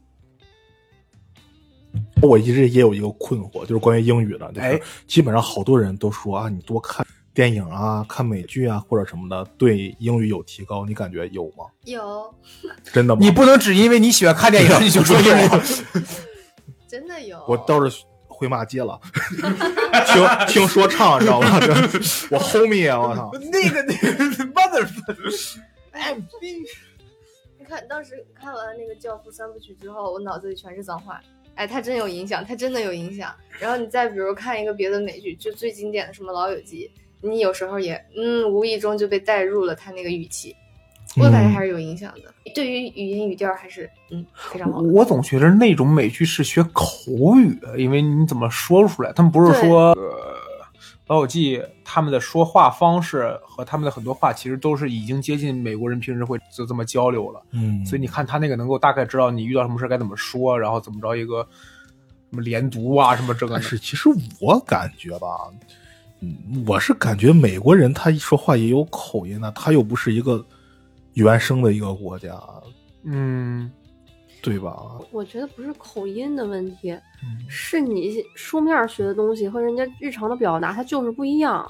我一直也有一个困惑，就是关于英语的，就是哎， 基本上好多人都说啊，你多看电影啊、看美剧啊或者什么的，对英语有提高，你感觉有吗？ 有。 真的吗？ 你不能只因为你喜欢看电影你就说有。 真的有。 我倒是。回骂街了，听听说唱，你知道吗？我 homie 啊，我操！ 那个那个 mother， 哎，你看当时看完那个《教父》三部曲之后，我脑子里全是脏话。哎，它真有影响，它真的有影响。然后你再比如看一个别的美剧，就最经典的什么《老友记》，你有时候也嗯无意中就被带入了他那个语气。 我感觉还是有影响的。对于语音语调还是嗯非常好的。 我总觉得那种美剧是学口语，因为你怎么说出来，他们不是说呃老友记他们的说话方式和他们的很多话其实都是已经接近美国人平时会就这么交流了。 嗯， 所以你看他那个能够大概知道你遇到什么事该怎么说，然后怎么着一个什么连读啊什么这个。 但是其实我感觉吧，嗯，我是感觉美国人他一说话也有口音呢，他又不是一个原生的一个国家， 嗯， 对吧？ 我觉得不是口音的问题， 嗯是你书面学的东西和人家日常的表达它就是不一样。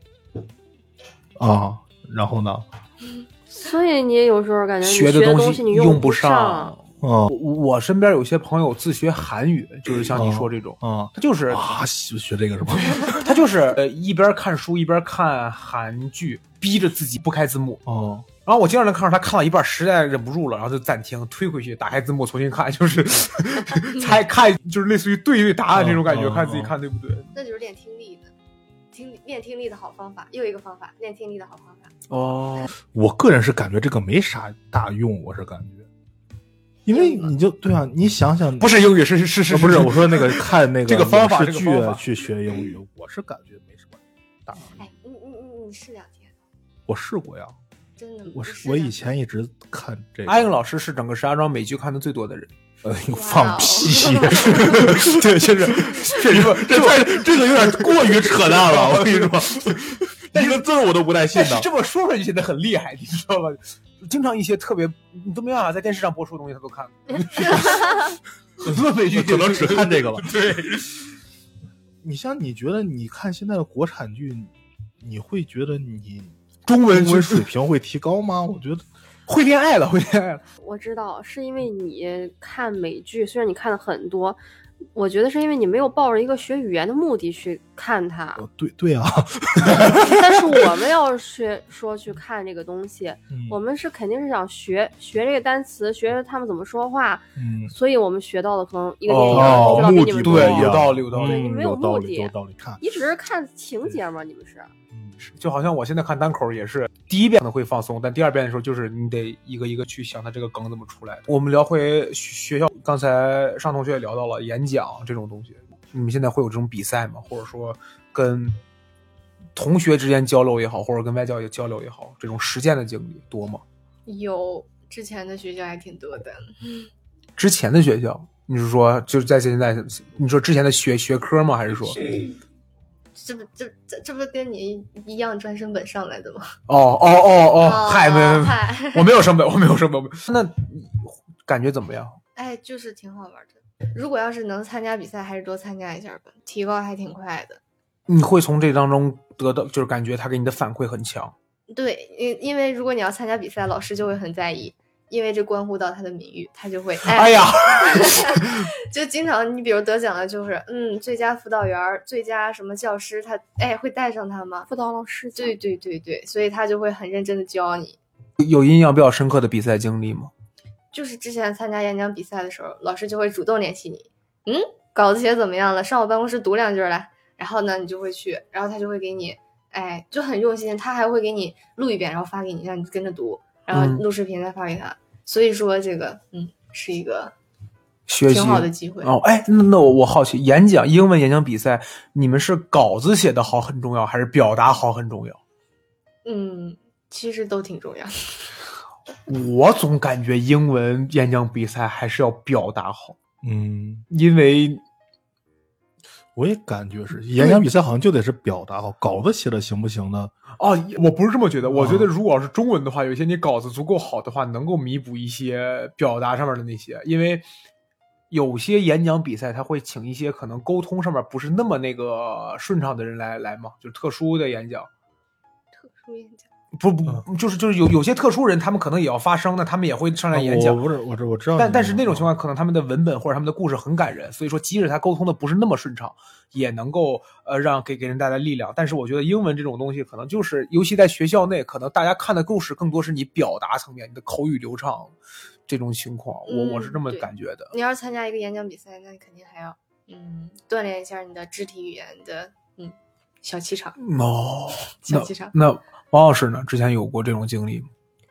啊，然后呢？ 所以你有时候感觉你学的东东西你用不上。 哦， 我我身边有些朋友自学韩语，就是像你说这种， 啊， 他就是啊，学学这个是吧？ 他就是呃一边看书一边看韩剧，逼着自己不开字幕。 哦， 然后我经常能看到他看到一半实在忍不住了，然后就暂停推回去，打开字幕重新看，就是才看，就是类似于对对答案这种感觉， 哦看自己看对不对。 那就是练听力的，听练听力的好方法，又一个方法，练听力的好方法。 哦， 我个人是感觉这个没啥大用，我是感觉。因为你就对啊，你想想， 不是英语，是是是是， 不是我说那个看那个这个方法影视剧这个方法去学英语，我是感觉没什么大用。 哎，你你你你试两天， 我试过呀， 真的。 我是我以前一直看这个。 阿英老师是整个石家庄美剧看的最多的人。 呃，放屁！ 对，确实，确实， 这太这个有点过于扯淡了，我跟你说，一个字我都不带信的。 这么说出来就显得很厉害，你知道吧？经常一些特别你都没办法在电视上播出的东西，他都看过。很多美剧可能只看这个了。 对， 你像你觉得你看现在的国产剧，你会觉得你中文中文水平会提高吗？我觉得。 会恋爱了，会恋爱了。 我知道，是因为你看美剧，虽然你看的很多，我觉得是因为你没有抱着一个学语言的目的去看它。 哦、对对啊， 但是我们要是说去看这个东西， 嗯、 我们是肯定是想学学这个单词，学他们怎么说话。 嗯， 所以我们学到的可能一个电影哦， 知道比你们多。 对，有道理，有道理。 对，你没有目的， 有道理。看， 你只是看情节嘛，你们是。 就好像我现在看单口也是，第一遍可能会放松，但第二遍的时候就是你得一个一个去想它这个梗怎么出来的。我们聊回学校，刚才上同学也聊到了演讲这种东西，你们现在会有这种比赛吗？或者说跟同学之间交流也好，或者跟外教也交流也好，这种实践的经历多吗？ 有，之前的学校还挺多的。 之前的学校，你是说就是在现在，你说之前的学学科吗？还是说？ 这不这这这不跟你一样专升本上来的吗？ 哦哦哦哦，嗨，没没嗨， 我没有升本，我没有升本。那感觉怎么样？ 哎，就是挺好玩的。如果要是能参加比赛，还是多参加一下吧，提高还挺快的。 你会从这当中得到，就是感觉他给你的反馈很强。 对，因因为如果你要参加比赛，老师就会很在意。因为这关乎到他的名誉，他就会哎, 哎呀， 就经常你比如得奖了，就是嗯，最佳辅导员、最佳什么教师，他哎会带上他吗？ 辅导老师， 对对对对，所以他就会很认真的教你。 有印象比较深刻的比赛经历吗？ 就是之前参加演讲比赛的时候，老师就会主动联系你，嗯，稿子写怎么样了？上我办公室读两句来。然后呢，你就会去，然后他就会给你，哎，就很用心，他还会给你录一遍，然后发给你，让你跟着读。然后录视频再发给他，嗯、所以说这个嗯是一个学习挺好的机会哦。哎，那那我我好奇，演讲英文演讲比赛，你们是稿子写的好很重要，还是表达好很重要？ 嗯，其实都挺重要。 我总感觉英文演讲比赛还是要表达好， 嗯， 因为我也感觉是演讲比赛好像就得是表达好，稿子写的行不行呢？ 哦，我不是这么觉得，我觉得如果要是中文的话，有些你稿子足够好的话，能够弥补一些表达上面的那些，因为有些演讲比赛他会请一些可能沟通上面不是那么那个顺畅的人来来嘛，就是特殊的演讲。 特殊演讲。 不不，就是就是有有些特殊人，他们可能也要发声的，他们也会上来演讲。 我不是我知我知道， 但但是那种情况，可能他们的文本或者他们的故事很感人，所以说即使他沟通的不是那么顺畅，也能够呃让给给人带来力量。但是我觉得英文这种东西，可能就是尤其在学校内，可能大家看的故事更多是你表达层面，你的口语流畅这种情况，我我是这么感觉的。 你要是参加一个演讲比赛，那你肯定还要嗯锻炼一下你的肢体语言的嗯小气场哦， 小气场。 那。那王老师呢？之前有过这种经历吗？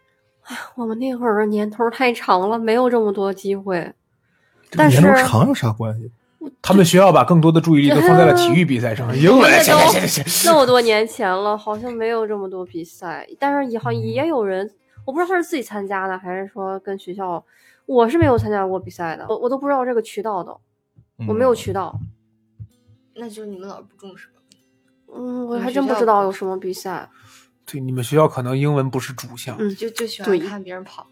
我们那会儿年头太长了，没有这么多机会。但是年头长有啥关系？ 他们学校把更多的注意力都放在了体育比赛上，英文行行行行行， 那么多年前了，好像没有这么多比赛，但是也好也有人，我不知道他是自己参加的，还是说跟学校。我是没有参加过比赛的，我我都不知道这个渠道的，我没有渠道。 那就是你们老师不重视吧？ 嗯，我还真不知道有什么比赛。 对，你们学校可能英文不是主项， 嗯， 就就喜欢看别人跑，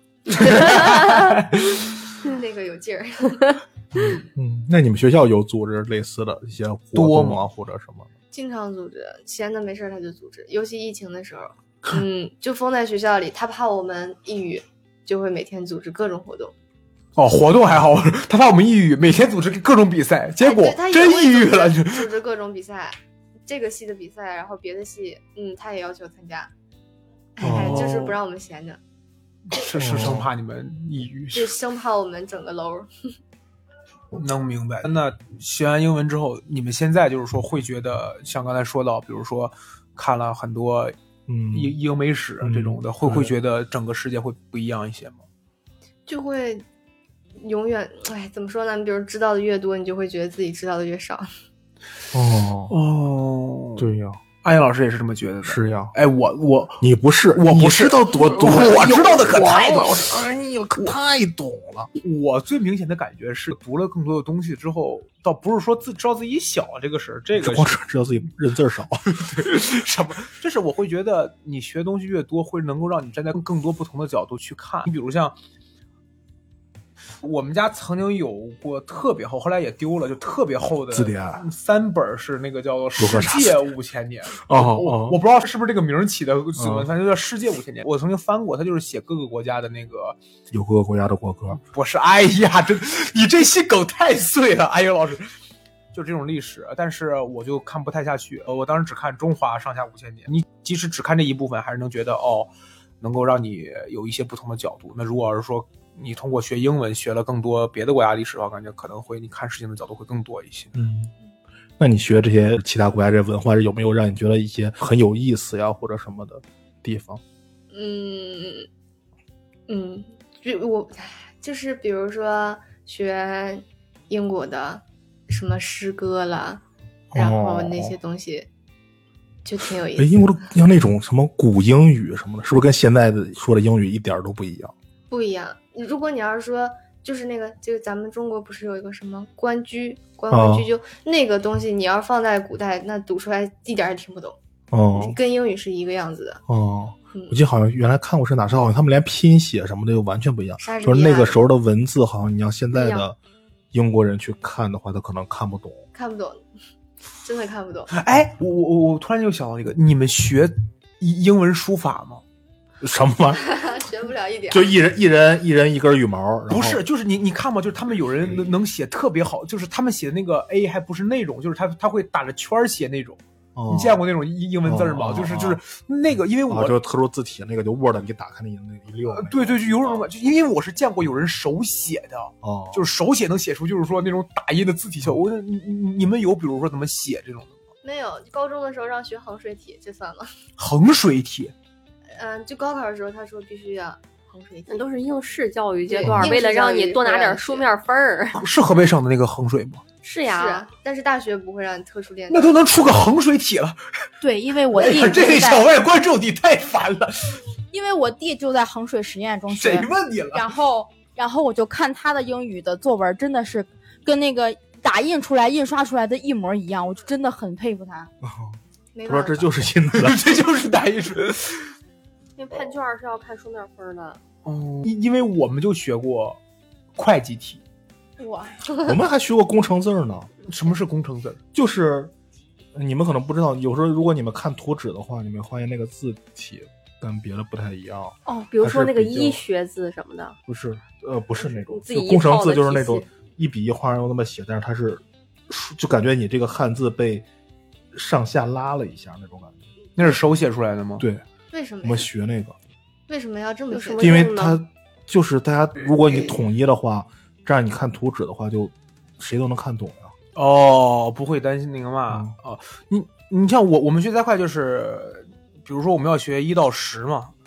那个有劲儿。 嗯，那你们学校有组织类似的一些活动啊，或者什么？ 经常组织，闲的没事他就组织，尤其疫情的时候，嗯，就封在学校里，他怕我们抑郁，就会每天组织各种活动。 哦，活动还好，他怕我们抑郁，每天组织各种比赛，结果真抑郁了。 组织各种比赛，这个系的比赛，然后别的系，嗯，他也要求参加，哎， 哦、 就是不让我们闲着， 是是生怕你们抑郁， 就生怕我们整个楼。 能明白。那学完英文之后，你们现在就是说会觉得，像刚才说到，比如说看了很多嗯英英美史这种的， 嗯、 会会觉得整个世界会不一样一些吗？ 就会永远，哎，怎么说呢？你比如知道的越多，你就会觉得自己知道的越少。 哦哦， 对呀， 安阳老师也是这么觉得的。 是呀， 哎，我我你不是， 我不是知道多多， 我知道的可太多了。 哎呦，可太懂了。 我最明显的感觉是，读了更多的东西之后，倒不是说自知道自己小这个事儿，这个光是知道自己认字少。 对，什么？这是我会觉得，你学东西越多，会能够让你站在更多不同的角度去看。你比如像。我们家曾经有过特别厚，后来也丢了，就特别厚的字典， 三本是那个叫做《世界五千年》 哦， 我我不知道是不是这个名起的，反正叫《世界五千年》。我曾经翻过，它就是写各个国家的那个， 有各个国家的国歌。 不是，哎呀，这你这心梗太碎了，哎呦老师，就这种历史，但是我就看不太下去。我当时只看中华上下五千年，你即使只看这一部分，还是能觉得哦，能够让你有一些不同的角度。那如果要是说你通过学英文学了更多别的国家历史的话，感觉可能会你看事情的角度会更多一些。 嗯，那你学这些其他国家这文化，有没有让你觉得一些很有意思呀，或者什么的地方？ 嗯嗯，就我就是比如说学英国的什么诗歌了，然后那些东西就挺有意思的。 英国的像那种什么古英语什么的，是不是跟现在的说的英语一点都不一样？ 不一样。如果你要是说就是那个就咱们中国不是有一个什么关雎关关雎，就那个东西你要放在古代，那读出来一点也听不懂。 哦， 跟英语是一个样子的。 哦， 嗯、 我记得好像原来看过是哪是，好像他们连拼写什么的又完全不一样，就是那个时候的文字，好像你让现在的英国人去看的话，他可能看不懂， 看不懂，真的看不懂。 哎，我我我突然就想到一个，你们学英文书法吗？ 什么玩意儿？ 学不了一点， 就一人一人一人一根羽毛。 不是，就是你你看嘛，就是他们有人能能写特别好，就是他们写的那个 A 还不是那种，就是他他会打着圈写那种。哦、你见过那种英文字吗？哦、就是就是那个，因为我、 啊、就是特殊字体那个，就 Word 你打开那那一溜、那个。 对对，就有种，就因为我是见过有人手写的， 哦， 就是手写能写出，就是说那种打印的字体效果。我你你们有比如说怎么写这种的吗？ 没有，高中的时候让学衡水体就算了。 衡水体。 嗯，就高考的时候他说必须要衡水体， 那都是应试教育阶段，为了让你多拿点书面分儿。 是河北省的那个衡水吗？ 是呀， 是啊，但是大学不会让你特殊练。 那都能出个衡水体了。 对，因为我弟、 哎、这位小外观众你太烦了。 因为我弟就在衡水实验中学。 谁问你了？ 然后，然后我就看他的英语的作文，真的是跟那个打印出来、印刷出来的一模一样，我就真的很佩服他。 哦、他说这就是印字， 这就是打印出来。 因为判卷是要看书面分的。 哦，因因为我们就学过会计题。 哇， 我们还学过工程字呢。 什么是工程字？ 就是你们可能不知道，有时候如果你们看图纸的话，你们发现那个字体跟别的不太一样。 哦，比如说那个医学字什么的。 不是，呃，不是那种， 就工程字就是那种一笔一画又那么写，但是它是就感觉你这个汉字被上下拉了一下那种感觉。 那是手写出来的吗？ 对。 为什么我们学那个？ 为什么要这么写？ 因为它就是大家，如果你统一的话，这样你看图纸的话，就谁都能看懂呀。 哦，不会担心那个嘛？ 嗯、 哦，你你像我，我们学财会就是，比如说我们要学一到十嘛，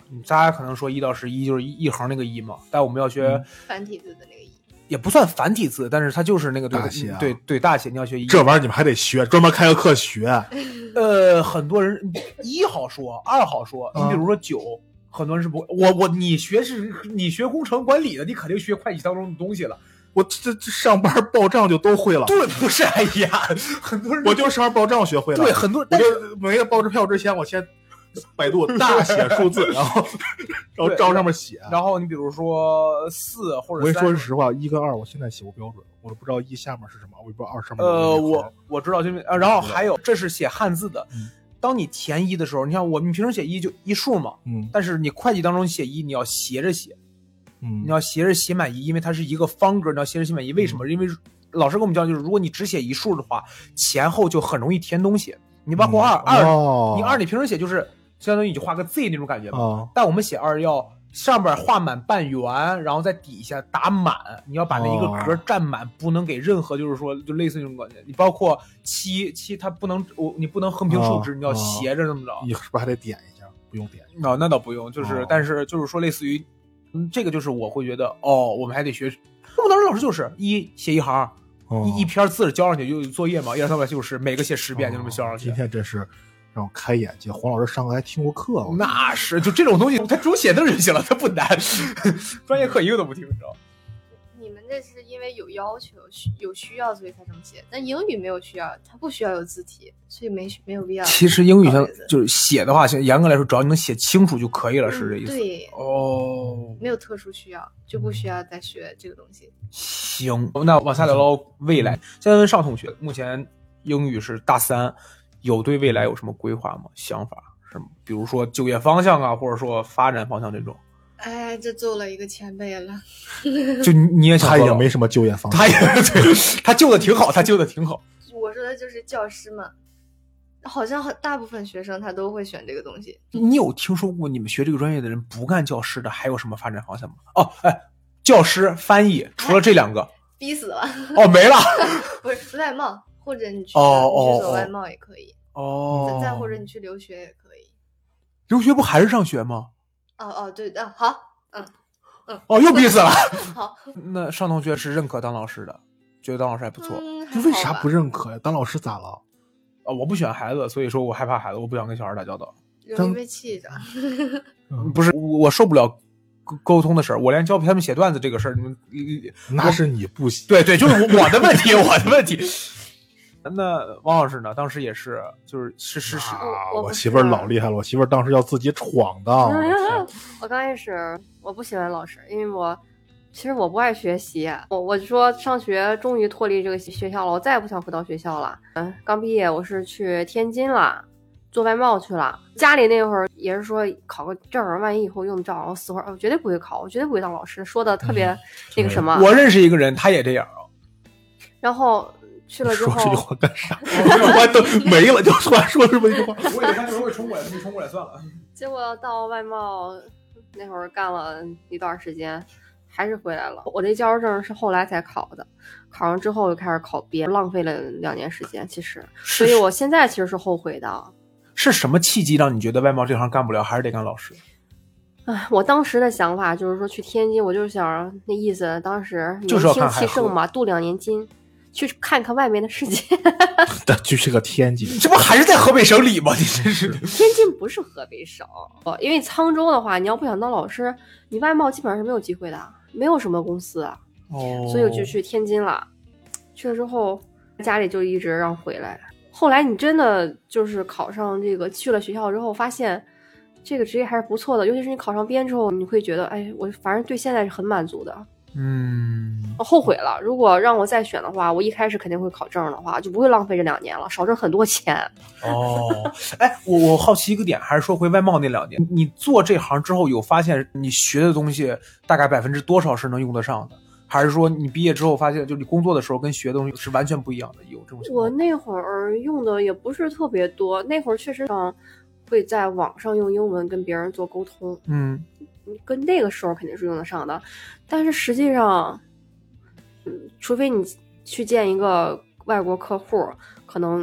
大家可能说一到十一就是一一行那个一嘛，但我们要学、 嗯、繁体字的那个一， 也不算繁体字，但是它就是那个大写、啊， 对对大写，你要学一。 这玩意儿你们还得学，专门开个课学。 呃，很多人一好说，二好说，你比如说九、嗯，很多人是不，我我你学是你学工程管理的，你肯定学会计当中的东西了。 我这这上班报账就都会了。 对，不是，哎呀，很多人我就上班报账学会了。 对，很多人， 我就没报支票之前，我先百度大写数字，然后然后照上面写。 然后你比如说四或者我跟你说实话，一跟二我现在写不标准，我都不知道一下面是什么，我也不知道二上面。 呃，我我知道，就是呃，然后还有这是写汉字的。 嗯， 当你填一的时候，你看我们平时写一就一数嘛， 嗯， 但是你会计当中写一，你要斜着写。 嗯， 你要斜着写满一，因为它是一个方格，你要斜着写满一。为什么？ 嗯、 因为老师跟我们讲，就是如果你只写一数的话，前后就很容易填东西。你包括二、嗯、二、哦，你二你平时写就是相当于你就画个 Z 那种感觉嘛。 哦、 但我们写二要上边画满半圆，然后在底下打满，你要把那一个格占满，哦、不能给任何就是说就类似那种感觉。你包括七七，它不能我你不能横平竖直，哦、你要斜着这么着。 你是不是还得点一下？不用点。 哦，那倒不用，就是、哦、但是就是说类似于。嗯，这个就是我会觉得哦，我们还得学。我们当时老师就是一写一行，哦、一一篇字交上去就作业嘛，一二三四就是每个写十遍就这么交上去。 今天真是让我开眼界，黄老师上课还听过课。 那是就这种东西，他只有写字就行了，他不难。专业课一个都不听，你知道。 你们这是因为有要求、有需要，所以才这么写。但英语没有需要，它不需要有字体，所以没没有必要。 其实英语上就是写的话，严格来说，只要你能写清楚就可以了，嗯、是这意思。 对， 哦， 没有特殊需要，就不需要再学这个东西。 行，那往下聊聊未来。现在问尚同学，目前英语是大三，有对未来有什么规划吗？想法是吗？比如说就业方向啊，或者说发展方向这种。 哎，这揍了一个前辈了。 就你也想， 他也没什么就业方向， 他也对，他救的挺好，他救的挺好。 我说的就是教师嘛，好像大部分学生他都会选这个东西。 你有听说过你们学这个专业的人不干教师的还有什么发展方向吗？哦，哎，教师、翻译，除了这两个， 逼死了。 哦，没了。 不是外贸，或者你去哦你去走外贸也可以。 哦。 再或者你去留学也可以。 留学不还是上学吗？ 哦哦，对的，好，嗯嗯。 哦，又逼死了。 好。 那尚同学是认可当老师的，觉得当老师还不错。 嗯、 你为啥不认可呀？当老师咋了？ 啊、哦，我不喜欢孩子，所以说我害怕孩子，我不想跟小孩打交道。 容易被气着。 不是，我受不了沟通的事儿，我连教他们写段子这个事儿，你们那是你不行。 对对，就是我的问题，我的问题。那王老师呢？当时也是，就是是是是、 啊，我媳妇儿老厉害了，我媳妇儿当时要自己闯的。 我刚开始我不喜欢老师，因为我其实我不爱学习，我我就说上学终于脱离这个学校了，我再也不想回到学校了。嗯，刚毕业我是去天津了，做外贸去了。家里那会儿也是说考个证，万一以后用得着，我死活我绝对不会考，我绝对不会当老师，说的特别那个什么。 嗯、我认识一个人，他也这样。 然后。去了之后， 说这句话干啥？我都没了，就突然说这么一句话。 我以为他就是会冲过来，没冲过来算了。 结果到外贸那会儿干了一段时间，还是回来了。我这教师证是后来才考的，考上之后又开始考编，浪费了两年时间。其实，所以我现在其实是后悔的。 是什么契机让你觉得外贸这行干不了，还是得干老师？ 哎，我当时的想法就是说去天津，我就是想那意思，当时年轻气盛嘛，镀两年金。去看看外面的世界。 去这个天津， 这不还是在河北省里吗？你真是。 天津不是河北省，因为沧州的话，你要不想当老师，你外贸基本上是没有机会的，没有什么公司啊。 哦。 所以我就去天津了。去了之后，家里就一直让回来。后来你真的就是考上这个，去了学校之后，发现这个职业还是不错的，尤其是你考上编之后，你会觉得，哎，我反正对现在是很满足的。 嗯， 我后悔了。如果让我再选的话，我一开始肯定会考证的话，就不会浪费这两年了，少挣很多钱。 哦，哎，我我好奇一个点，还是说回外贸那两年，你做这行之后有发现你学的东西大概百分之多少是能用得上的？还是说你毕业之后发现，就你工作的时候跟学的东西是完全不一样的？有这种情况？ 我那会儿用的也不是特别多，那会儿确实上会在网上用英文跟别人做沟通。 嗯。 跟那个时候肯定是用得上的，但是实际上，嗯，除非你去见一个外国客户，可能，但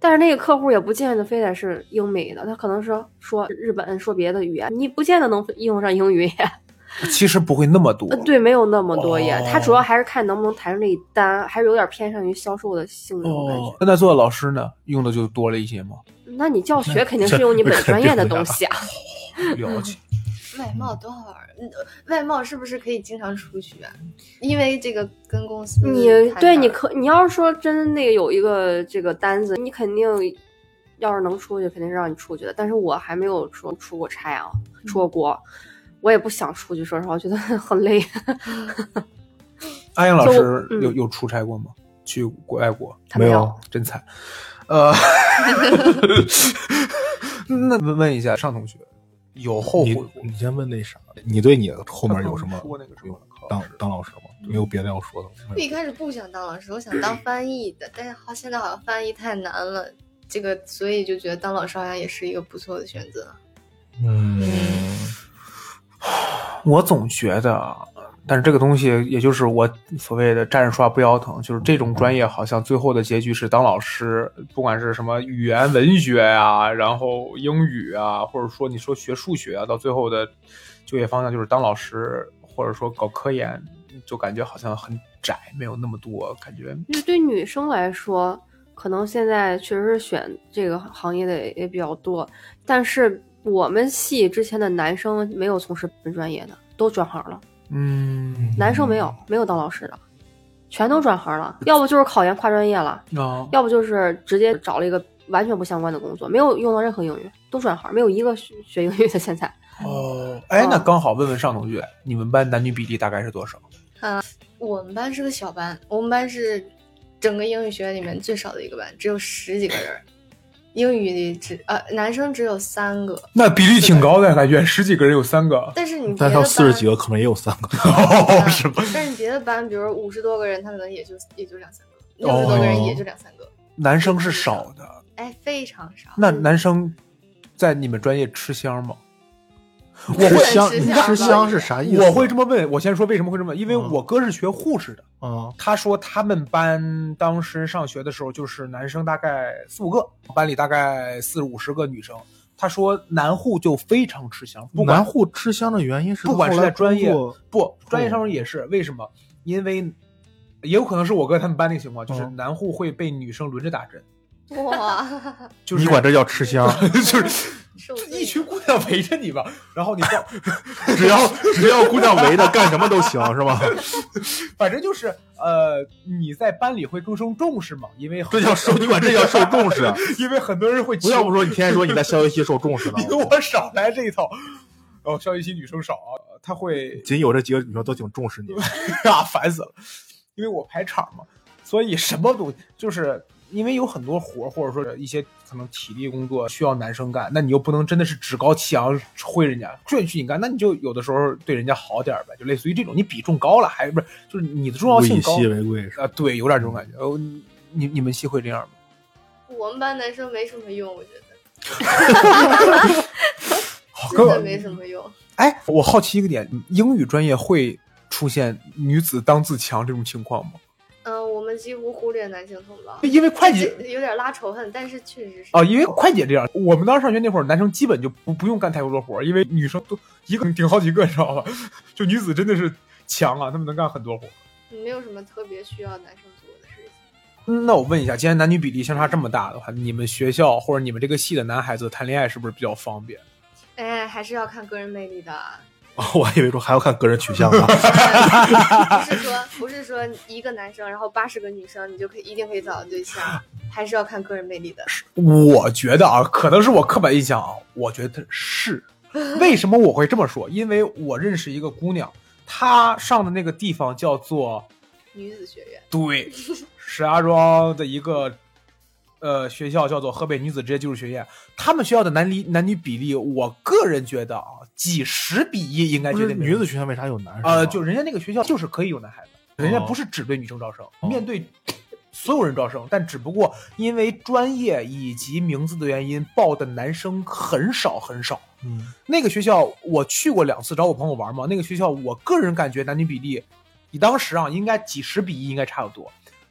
但是那个客户也不见得非得是英美的，他可能是说日本说别的语言，你不见得能应用上英语也。 其实不会那么多， 呃对，没有那么多也， 哦他主要还是看能不能谈上这一单，还是有点偏向于销售的性质。 哦，那在做的老师呢，用的就多了一些吗？ 那你教学肯定是用你本专业的东西啊。 了解。 外贸多好玩儿，嗯外贸是不是可以经常出去啊？因为这个跟公司你谈的对你可你要是说真那个有一个这个单子，你肯定要是能出去，肯定是让你出去的。但是我还没有说出过差啊，出过国，我也不想出去，说实话，我觉得很累。 阿英老师嗯有有出差过吗？去国外国？ 他没有有， 真惨。呃，那问问一下尚同学，有后悔你过？ 你先问那啥，你对你后面有什么说那个什么考当试当老师吗？没有别的要说的吗？ 我一开始不想当老师，我想当翻译的，但是好现在好像翻译太难了，这个所以就觉得当老师好像也是一个不错的选择。 嗯， 我总觉得，但是这个东西也就是我所谓的站着说话不腰疼，就是这种专业好像最后的结局是当老师，不管是什么语言文学呀、然后英语啊，或者说你说学数学啊，到最后的就业方向就是当老师，或者说搞科研，就感觉好像很窄，没有那么多感觉。 因为对女生来说，可能现在确实是选这个行业的也比较多，但是我们系之前的男生没有从事本专业的，都转行了。 嗯男生没有没有当老师的，全都转行了，要不就是考研跨专业了， 啊， 要不就是直接找了一个完全不相关的工作，没有用到任何英语，都转行，没有一个学学英语的现在。 哦，哎，那刚好问问尚同学，你们班男女比例大概是多少？ 我们班是个小班，我们班是整个英语学院里面最少的一个班，只有十几个人。英语里只呃男生只有三个， 那比例挺高的感觉，十几个人有三个， 但是你别但他的班四十几个可能也有三个。 哦，是吧？ 但是你别的班，比如五十多个人，他可能也就也就两三个，六十多个人也就两三个， 男生是少的， 哎，非常少。 那男生在你们专业吃香吗？ 我吃香， 吃你香吧吃香是啥意思？ 我会这么问，我先说为什么会这么问，因为嗯我哥是学护士的， 啊， 他说他们班当时上学的时候就是男生大概四五个，班里大概四五十个女生。他说男护就非常吃香，不管男护吃香的原因是不管是后来在专业工作不专业上面也是，为什么？因为也有可能是我哥他们班那个情况，就是嗯男护会被女生轮着打针， 哇， 就是你管这叫吃香？ 就是受罪一群姑娘围着你吧，然后你到， 只要只要姑娘围着干什么都行是吧？ 反正就是呃，你在班里会更受重视嘛，因为这叫受，你管这叫受重视？ 因为很多人会不要不说你天天说你在校园系受重视呢你，给我少来这一套。哦，校园系女生少啊，他会仅有这几个女生都挺重视你。 啊，烦死了，因为我排场嘛，所以什么都就是因为有很多活或者说一些可能体力工作需要男生干，那你又不能真的是趾高气扬挥人家顺许你干，那你就有的时候对人家好点呗，就类似于这种，你比重高了还不是就是你的重要性物以高稀为贵是吧？ 啊，对，有点这种感觉。哦，你你们系会这样吗？ 我们班男生没什么用，我觉得真的没什么用。 哎，我好奇一个点，英语专业会出现女子当自强这种情况吗？ 嗯、我们几乎忽略男性同胞， 因为会计这有点拉仇恨，但是确实是啊，因为会计这样，我们当时上学那会儿，男生基本就不不用干太多活，因为女生都一个顶好几个，你知道吧？就女子真的是强啊，她们能干很多活。 没有什么特别需要男生做的事情。 嗯那我问一下，既然男女比例相差这么大的话，你们学校或者你们这个系的男孩子谈恋爱是不是比较方便？ 哎，还是要看个人魅力的。 我还以为说还要看个人取向呢。 不是说不是说一个男生，然后八十个女生，你就可以一定可以找到对象，还是要看个人魅力的。 我觉得啊，可能是我刻板印象啊，我觉得是。为什么我会这么说？因为我认识一个姑娘，她上的那个地方叫做女子学院， 对，石家庄的一个呃学校叫做河北女子职业技术学院，他们学校的男女男女比例，我个人觉得啊，几十比一应该不是绝对没问题女子学院为啥有男生？ 呃，就人家那个学校就是可以有男孩子，人家哦不是只对女生招生， 哦面对所有人招生，但只不过因为专业以及名字的原因，报的男生很少很少。 嗯， 那个学校我去过两次，找我朋友玩嘛。那个学校我个人感觉男女比例，你当时啊应该几十比一应该差不多，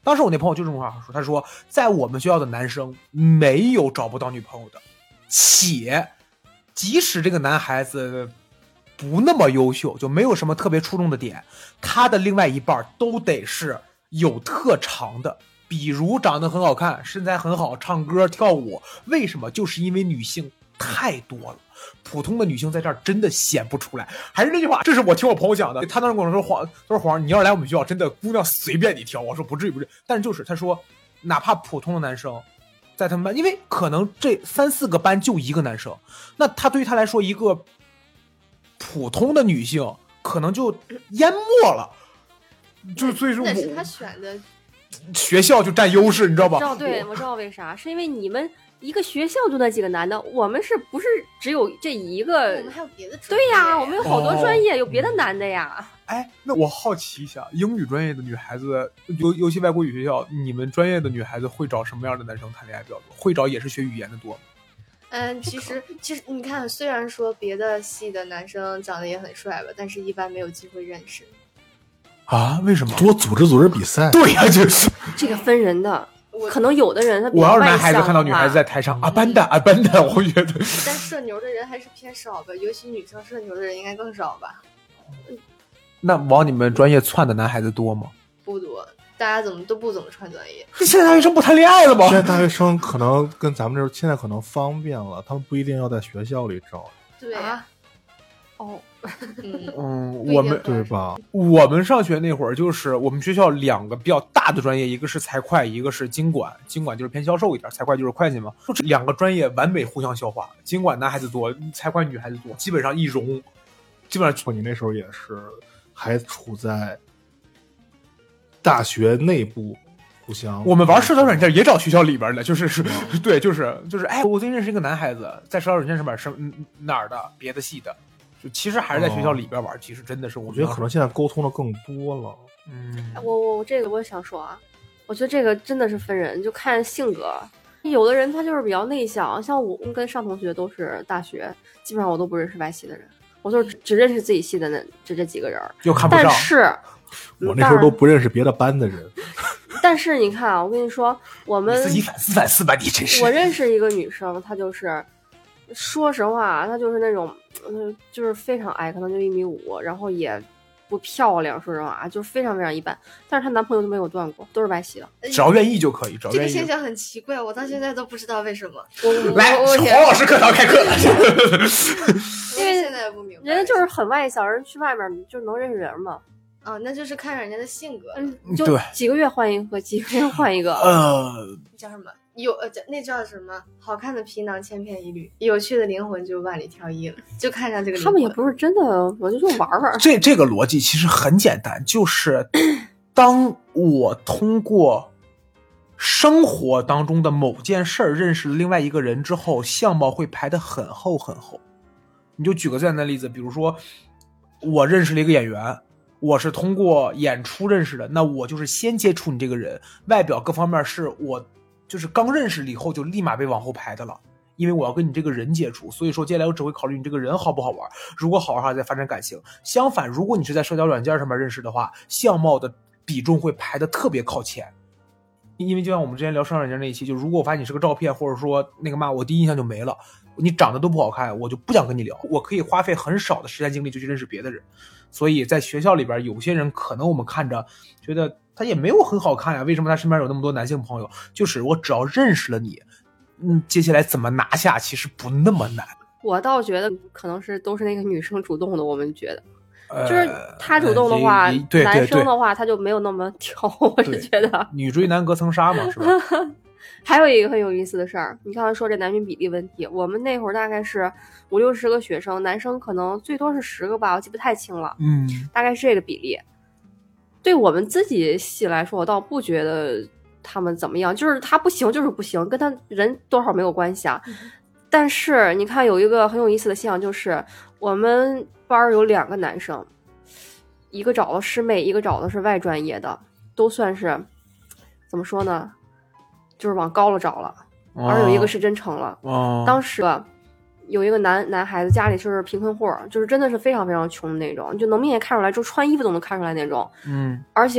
当时我那朋友就这么话说，他说在我们学校的男生没有找不到女朋友的，且即使这个男孩子不那么优秀，就没有什么特别出众的点，他的另外一半都得是有特长的，比如长得很好看，身材很好，唱歌跳舞。为什么？就是因为女性太多了，普通的女性在这儿真的显不出来。还是那句话，这是我听我朋友讲的，他当时跟我说黄，他说黄，你要是来我们学校，真的姑娘随便你挑。我说不至于不至于，但是就是他说，哪怕普通的男生，在他们班，因为可能这三四个班就一个男生，那他对于他来说，一个普通的女性可能就淹没了，就所以说那是他选的。 学校就占优势，你知道吧？ 知道，对，我知道为啥，是因为你们一个学校就那几个男的，我们是不是只有这一个？ 我们还有别的专业。 对呀，我们有好多专业，哦、有别的男的呀。 哎，那我好奇一下，英语专业的女孩子，尤尤其外国语学校，你们专业的女孩子会找什么样的男生谈恋爱比较多？会找也是学语言的多吗？ 嗯，其实其实你看，虽然说别的系的男生长得也很帅吧，但是一般没有机会认识。 啊？为什么？ 多组织组织比赛。 对呀、啊，就是这个分人的，可能有的人他比较我要是男孩子看到女孩子在台上啊班的啊班的，我觉得。 但社牛的人还是偏少吧，尤其女生社牛的人应该更少吧。 那往你们专业窜的男孩子多吗？ 不多，大家怎么都不怎么串专业。 现在大学生不谈恋爱了吗？ 现在大学生可能跟咱们这现在可能方便了，他们不一定要在学校里找。 对啊。 哦。 嗯嗯，我们对吧？ 我们上学那会儿，就是我们学校两个比较大的专业，一个是财会，一个是经管。经管就是偏销售一点，财会就是会计嘛。就两个专业完美互相消化。经管男孩子多，财会女孩子多，基本上一融。基本上你那时候也是还处在大学内部互相。 我们玩社交软件也找学校里边的，就是是，对，就是就是，哎，我最近认识一个男孩子，在社交软件上面是哪儿的，别的系的。就其实还是在学校里边玩，哦、其实真的是我觉得可能现在沟通的更多了。 嗯， 我我我这个我也想说啊，我觉得这个真的是分人，就看性格。有的人他就是比较内向，像我跟上同学都是大学，基本上我都不认识外系的人，我就只认识自己系的那这这几个人， 又看不上。 但是我那时候都不认识别的班的人。 但是你看啊，我跟你说，我们你自己反思反思吧，你真是。 我认识一个女生，她就是。说实话，她就是那种，嗯、呃，就是非常矮，可能就一米五，然后也不漂亮，说实话，就是非常非常一般。但是她男朋友都没有断过，都是外系的， 只要愿意就可以。只要愿意。 这个现象很奇怪，我到现在都不知道为什么。 来，黄老师课堂开课了。 因为现在也不明白， 人家就是很外向，人去外面就能认识人嘛。 哦，那就是看人家的性格。 嗯，就几个月换一个，几个月换一个。 呃， 叫什么？有呃，那叫什么？好看的皮囊千篇一律，有趣的灵魂就万里挑一了，就看上这个灵魂。 他们也不是真的，我就就玩玩。 这这个逻辑其实很简单，就是当我通过生活当中的某件事儿认识了另外一个人之后，相貌会排得很厚很厚。你就举个最简单的例子，比如说我认识了一个演员。我是通过演出认识的，那我就是先接触你这个人，外表各方面是我就是刚认识了以后就立马被往后排的了，因为我要跟你这个人接触，所以说接下来我只会考虑你这个人好不好玩，如果好玩的话再发展感情。相反，如果你是在社交软件上面认识的话，相貌的比重会排的特别靠前。因为就像我们之前聊社交软件那一期，就如果我发现你是个照片，或者说那个嘛，我第一印象就没了，你长得都不好看，我就不想跟你聊，我可以花费很少的时间精力就去认识别的人。所以在学校里边，有些人可能我们看着觉得他也没有很好看呀，为什么他身边有那么多男性朋友？就是我只要认识了你，嗯，接下来怎么拿下其实不那么难。 我倒觉得可能是都是那个女生主动的，我们觉得。就是他主动的话， 呃、对对对男生的话他就没有那么挑，我是觉得女追男隔层纱嘛，是吧？ 还有一个很有意思的事儿，你刚才说这男女比例问题，我们那会儿大概是五六十个学生，男生可能最多是十个吧，我记不太清了， 嗯， 大概是这个比例。对我们自己系来说，我倒不觉得他们怎么样，就是他不行就是不行，跟他人多少没有关系啊。嗯、但是你看有一个很有意思的现象，就是我们班有两个男生，一个找的师妹，一个找的是外专业的，都算是怎么说呢，就是往高了找了， 哦、 而有一个是真成了。 哦， 当时有一个男男孩子家里是贫困户，就是真的是非常非常穷的那种，就能明显看出来，就穿衣服都能看出来那种。 嗯， 而且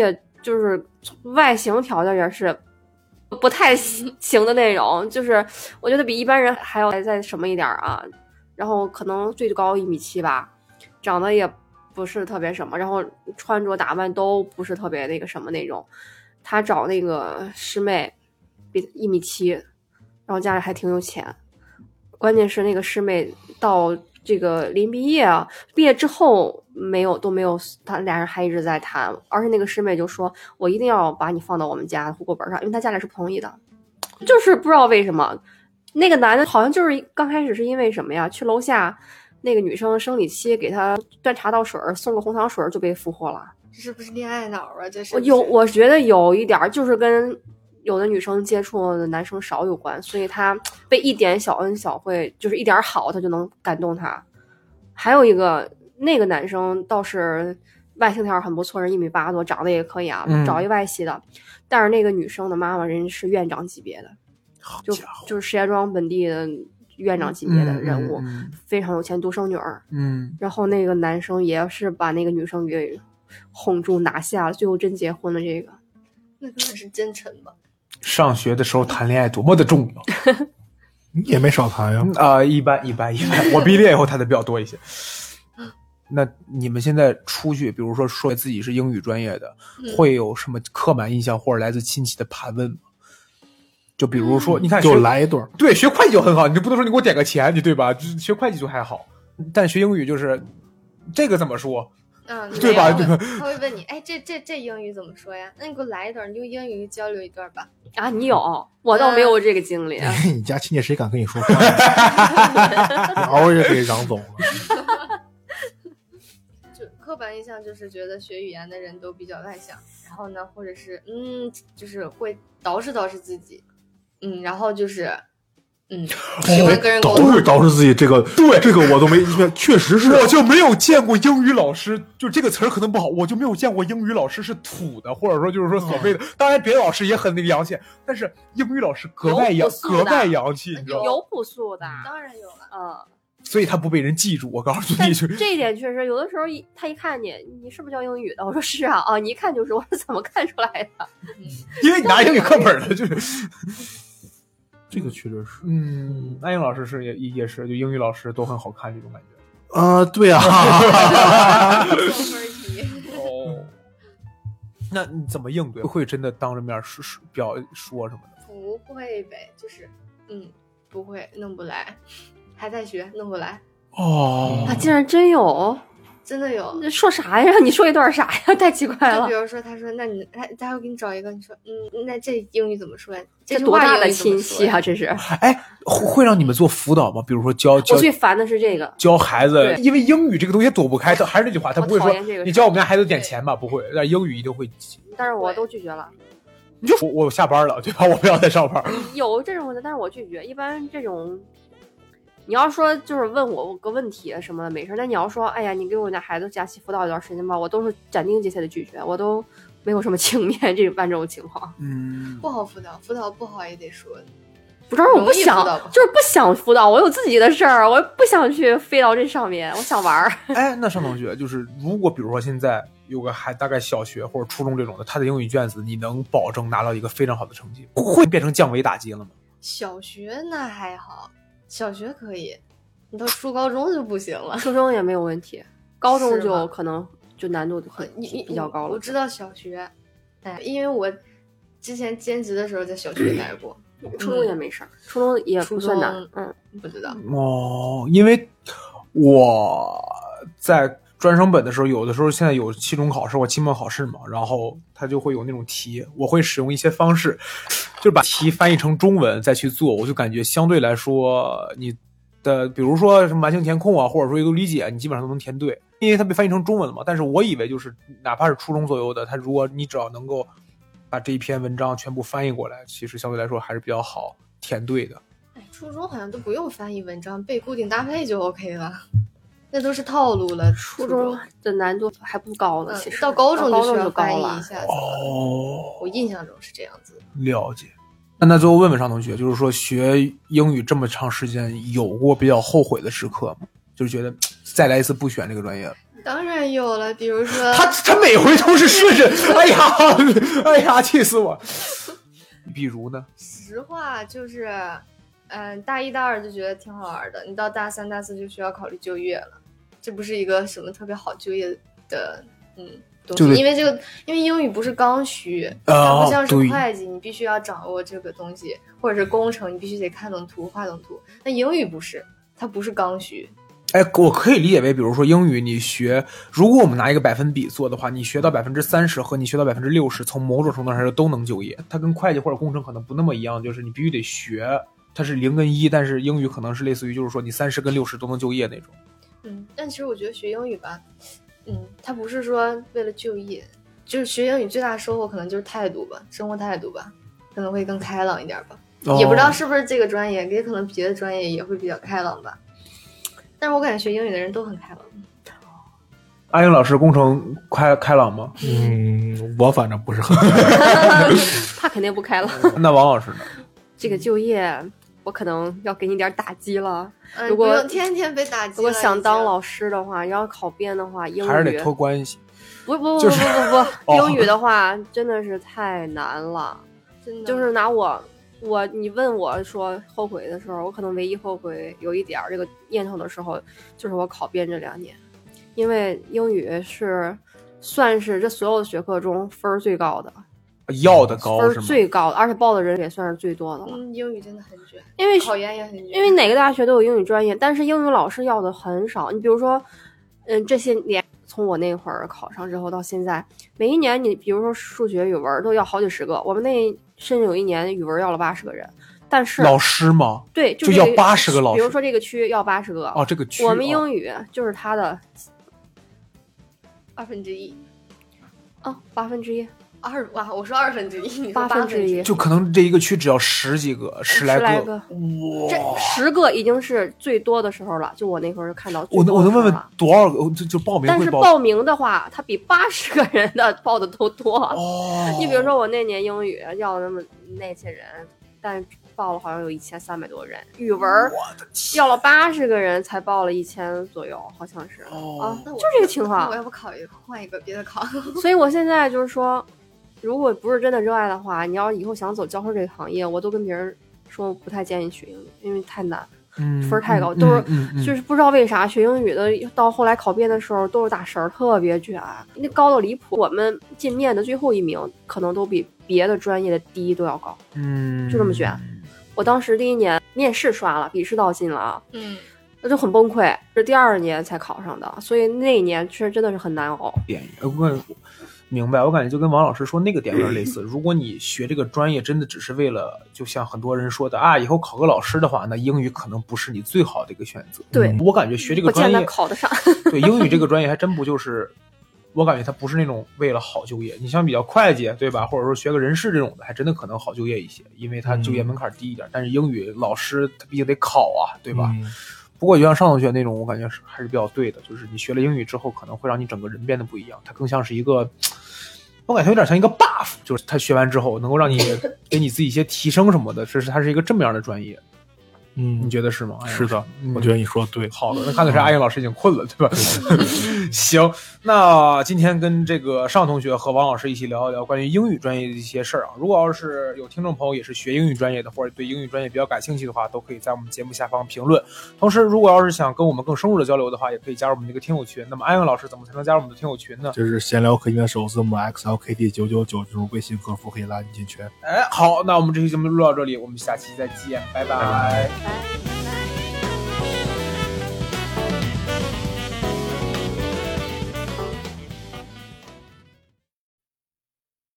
就是外形条件也是不太行的那种，就是我觉得比一般人还要再什么一点啊，然后可能最高一米七吧，长得也不是特别什么，然后穿着打扮都不是特别那个什么那种。他找那个师妹比一米七，然后家里还挺有钱，关键是那个师妹到这个临毕业啊，毕业之后没有都没有，他俩人还一直在谈，而且那个师妹就说我一定要把你放到我们家户口本上，因为他家里是不同意的，就是不知道为什么那个男的好像就是刚开始是因为什么呀，去楼下那个女生生理期给他端茶倒水送个红糖水就被俘获了。 这是不是恋爱脑啊？这是我有，我觉得有一点就是跟有的女生接触的男生少有关，所以他被一点小恩小惠，就是一点好，他就能感动他。还有一个那个男生倒是外形条很不错，人一米八多，长得也可以啊， 嗯、 找一外系的。但是那个女生的妈妈人是院长级别的，就就是石家庄本地的院长级别的人物， 嗯嗯嗯、 非常有钱，独生女儿。 嗯， 然后那个男生也是把那个女生给哄住拿下了，最后真结婚了。这个那可能是真诚吧。 上学的时候谈恋爱多么的重要。 你也没少谈呀。 啊、呃，一般一般一般，我毕业以后谈的比较多一些。那你们现在出去，比如说说自己是英语专业的，嗯、会有什么刻板印象或者来自亲戚的盘问吗？就比如说，嗯、你看， 就来一段。 对，学会计就很好，你就不能说你给我点个钱，你对吧？学会计就还好，但学英语就是这个怎么说？ 嗯， 对吧？对吧？ 他会问你，哎，这这这英语怎么说呀？那你给我来一段，你用英语交流一段吧。 啊，你有，我倒没有这个经历。 嗯、你家亲戚谁敢跟你说话？嗷也给嚷走了。 就刻板印象就是觉得学语言的人都比较外向，然后呢，或者是嗯，就是会捯饬捯饬自己，嗯，然后就是。嗯，喜欢跟人沟通， 捯饬捯饬自己，这个对这个我都没，确实是， 我就没有见过英语老师，就这个词儿可能不好，我就没有见过英语老师是土的，或者说就是说所谓的，嗯、当然别的老师也很那个洋气，但是英语老师格外洋格外洋气，你知道吗？ 有朴素的， 当然有了， 嗯， 所以他不被人记住。我告诉你， 这一点确实，有的时候一他一看你，你是不是教英语的？我说是啊，啊，你一看就是，我是怎么看出来的？ 因为你拿英语课本了，就是。 这个确实是， 嗯，安英老师是也也是，就英语老师都很好看这种感觉。 啊、呃，对啊。 哦，那你怎么应对？会真的当着面说表说什么的？ 不会呗，就是嗯，不会，弄不来，还在学，弄不来。 哦， 啊，竟然真有。 真的有， 说啥呀？你说一段啥呀？太奇怪了。 就比如说，他说：“那你他他会给你找一个，你说，嗯，那这英语怎么说呀？ 这多大的亲戚啊！这是。 哎，会让你们做辅导吗？比如说教教。 我最烦的是这个， 教孩子，因为英语这个东西躲不开。还是那句话，他不会说你教我们家孩子点钱吧？不会，但英语一定会。 但是我都拒绝了。 你就我我下班了，对吧？我不要再上班。 有这种的，但是我拒绝。一般这种。你要说就是问我个问题什么的没事，但你要说哎呀你给我家孩子假期辅导一段时间吧，我都是斩钉截铁的拒绝，我都没有什么情面这办这种情况。 嗯， 不好辅导，辅导不好也得说， 不知道我不想，就是不想辅导，我有自己的事儿，我不想去飞到这上面，我想玩。 哎，那尚同学，就是如果比如说现在有个孩大概小学或者初中这种的，他的英语卷子你能保证拿到一个非常好的成绩，会变成降维打击了吗？ 小学那还好。小学可以，你到初高中就不行了。 初中也没有问题，高中就可能就难度很比较高了。 我知道小学，哎，因为我之前兼职的时候在小学待过， 初中也没事儿，初中也不算难。嗯， 不知道哦，因为我在专升本的时候，有的时候现在有期中考试或期末考试嘛，然后它就会有那种题，我会使用一些方式。就是把题翻译成中文再去做，我就感觉相对来说你的比如说什么完形填空啊，或者说阅读理解，你基本上都能填对，因为它被翻译成中文了嘛。但是我以为就是哪怕是初中左右的，它如果你只要能够把这一篇文章全部翻译过来，其实相对来说还是比较好填对的。 哎，初中好像都不用翻译文章，背固定搭配就 OK 了，那都是套路了。 初中的难度还不高呢，其实、 嗯、到高中就需要翻译一下子。 哦， 我印象中是这样子。 了解。那那最后问问尚同学，就是说学英语这么长时间，有过比较后悔的时刻吗？就是觉得再来一次不选这个专业了。 当然有了，比如说他他每回都是顺着，哎呀，哎呀，气死我！比如呢？ 实话就是，嗯，大一大二就觉得挺好玩的，你到大三大四就需要考虑就业了，这不是一个什么特别好就业的，嗯。东西，因为这个，因为英语不是刚需，它不像是会计，你必须要掌握这个东西，或者是工程，你必须得看懂图、画懂图。那英语不是，它不是刚需。 哎，我可以理解为，比如说英语，你学，如果我们拿一个百分比做的话，你学到百分之三十和你学到百分之六十，从某种程度上说都能就业。它跟会计或者工程可能不那么一样，就是你必须得学，它是零跟一，但是英语可能是类似于就是说你三十跟六十都能就业那种。 嗯，但其实我觉得学英语吧。嗯，他不是说为了就业，就是学英语最大的收获可能就是态度吧，生活态度吧，可能会更开朗一点吧。哦、也不知道是不是这个专业，也可能别的专业也会比较开朗吧。但是我感觉学英语的人都很开朗。 阿英老师工程开开朗吗？ 嗯，我反正不是很开朗。 他肯定不开朗。 那王老师呢？ 这个就业。我可能要给你点打击了。 嗯、 如果天天被打击， 如果想当老师的话，要考编的话，英语还是得托关系。 不不不不不不，不英语的话真的是太难了。 真的， 就是拿我我你问我说后悔的时候，我可能唯一后悔有一点这个念头的时候，就是我考编这两年，因为英语是算是这所有的学科中分最高的。 要的高是吗？ 分最高的，而且报的人也算是最多的了。 嗯，英语真的很卷， 因为考研也很卷。 因为哪个大学都有英语专业，但是英语老师要的很少。你比如说，嗯，这些年从我那会儿考上之后到现在，每一年你比如说数学、语文都要好几十个。我们那甚至有一年语文要了八十个人，但是老师吗？ 对，就要八十个老师。 比如说这个区要八十个哦，这个区我们英语就是它的二分之一， 哦，八分之一。 二哇，我说二分之一，你八分之一， 就可能这一个区只要十几个，十来个， 十来个哇， 这十个已经是最多的时候了。就我那会儿看到最我多的时候了， 我能问问多少个？就就报名但是报名的话，他比八十个人的报的都多。 哦， 你比如说我那年英语要那么那些人，但是报了好像有一千三百多人，语文要了八十个人才报了一千左右，好像是、 哦、 啊，就这个情况。 我要不考一个，换一个别的考。 所以我现在就是说。如果不是真的热爱的话，你要以后想走教授这个行业，我都跟别人说不太建议学英语，因为太难， 嗯， 分太高， 嗯、 都是、 嗯嗯、 就是不知道为啥学英语的到后来考编的时候都是打神儿，特别卷，那高到离谱。我们进面的最后一名可能都比别的专业的第一都要高， 嗯， 就这么卷。我当时第一年面试刷了，笔试到进了啊， 嗯， 那就很崩溃，是第二年才考上的，所以那一年确实真的是很难熬。 点我问。明白，我感觉就跟王老师说那个点有点类似。如果你学这个专业真的只是为了，就像很多人说的啊，以后考个老师的话，那英语可能不是你最好的一个选择。 对， 我感觉学这个专业考得上。 对，英语这个专业还真不就是，我感觉它不是那种为了好就业。你像比较会计，对吧？或者说学个人事这种的，还真的可能好就业一些，因为它就业门槛低一点。嗯、但是英语老师他毕竟得考啊，对吧？嗯，不过就像上同学那种，我感觉是还是比较对的，就是你学了英语之后，可能会让你整个人变得不一样，它更像是一个。我感觉有点像一个 buff， 就是他学完之后能够让你给你自己一些提升什么的，这是它是一个这么样的专业。 嗯， 你觉得是吗？ 是的、 嗯， 我觉得你说的对。 好的，那看得出来阿英老师已经困了，对吧？行，那今天跟这个尚同学和王老师一起聊一聊关于英语专业的一些事儿啊。如果要是有听众朋友也是学英语专业的，或者对英语专业比较感兴趣的话，都可以在我们节目下方评论。同时，如果要是想跟我们更深入的交流的话，也可以加入我们这个听友群。那么，阿英老师怎么才能加入我们的听友群呢？ 就是闲聊课音的首字母 X L K D 九九九，就是微信客服可以拉你进群。 哎，好，那我们这期节目录到这里，我们下期再见，拜拜。 拜拜。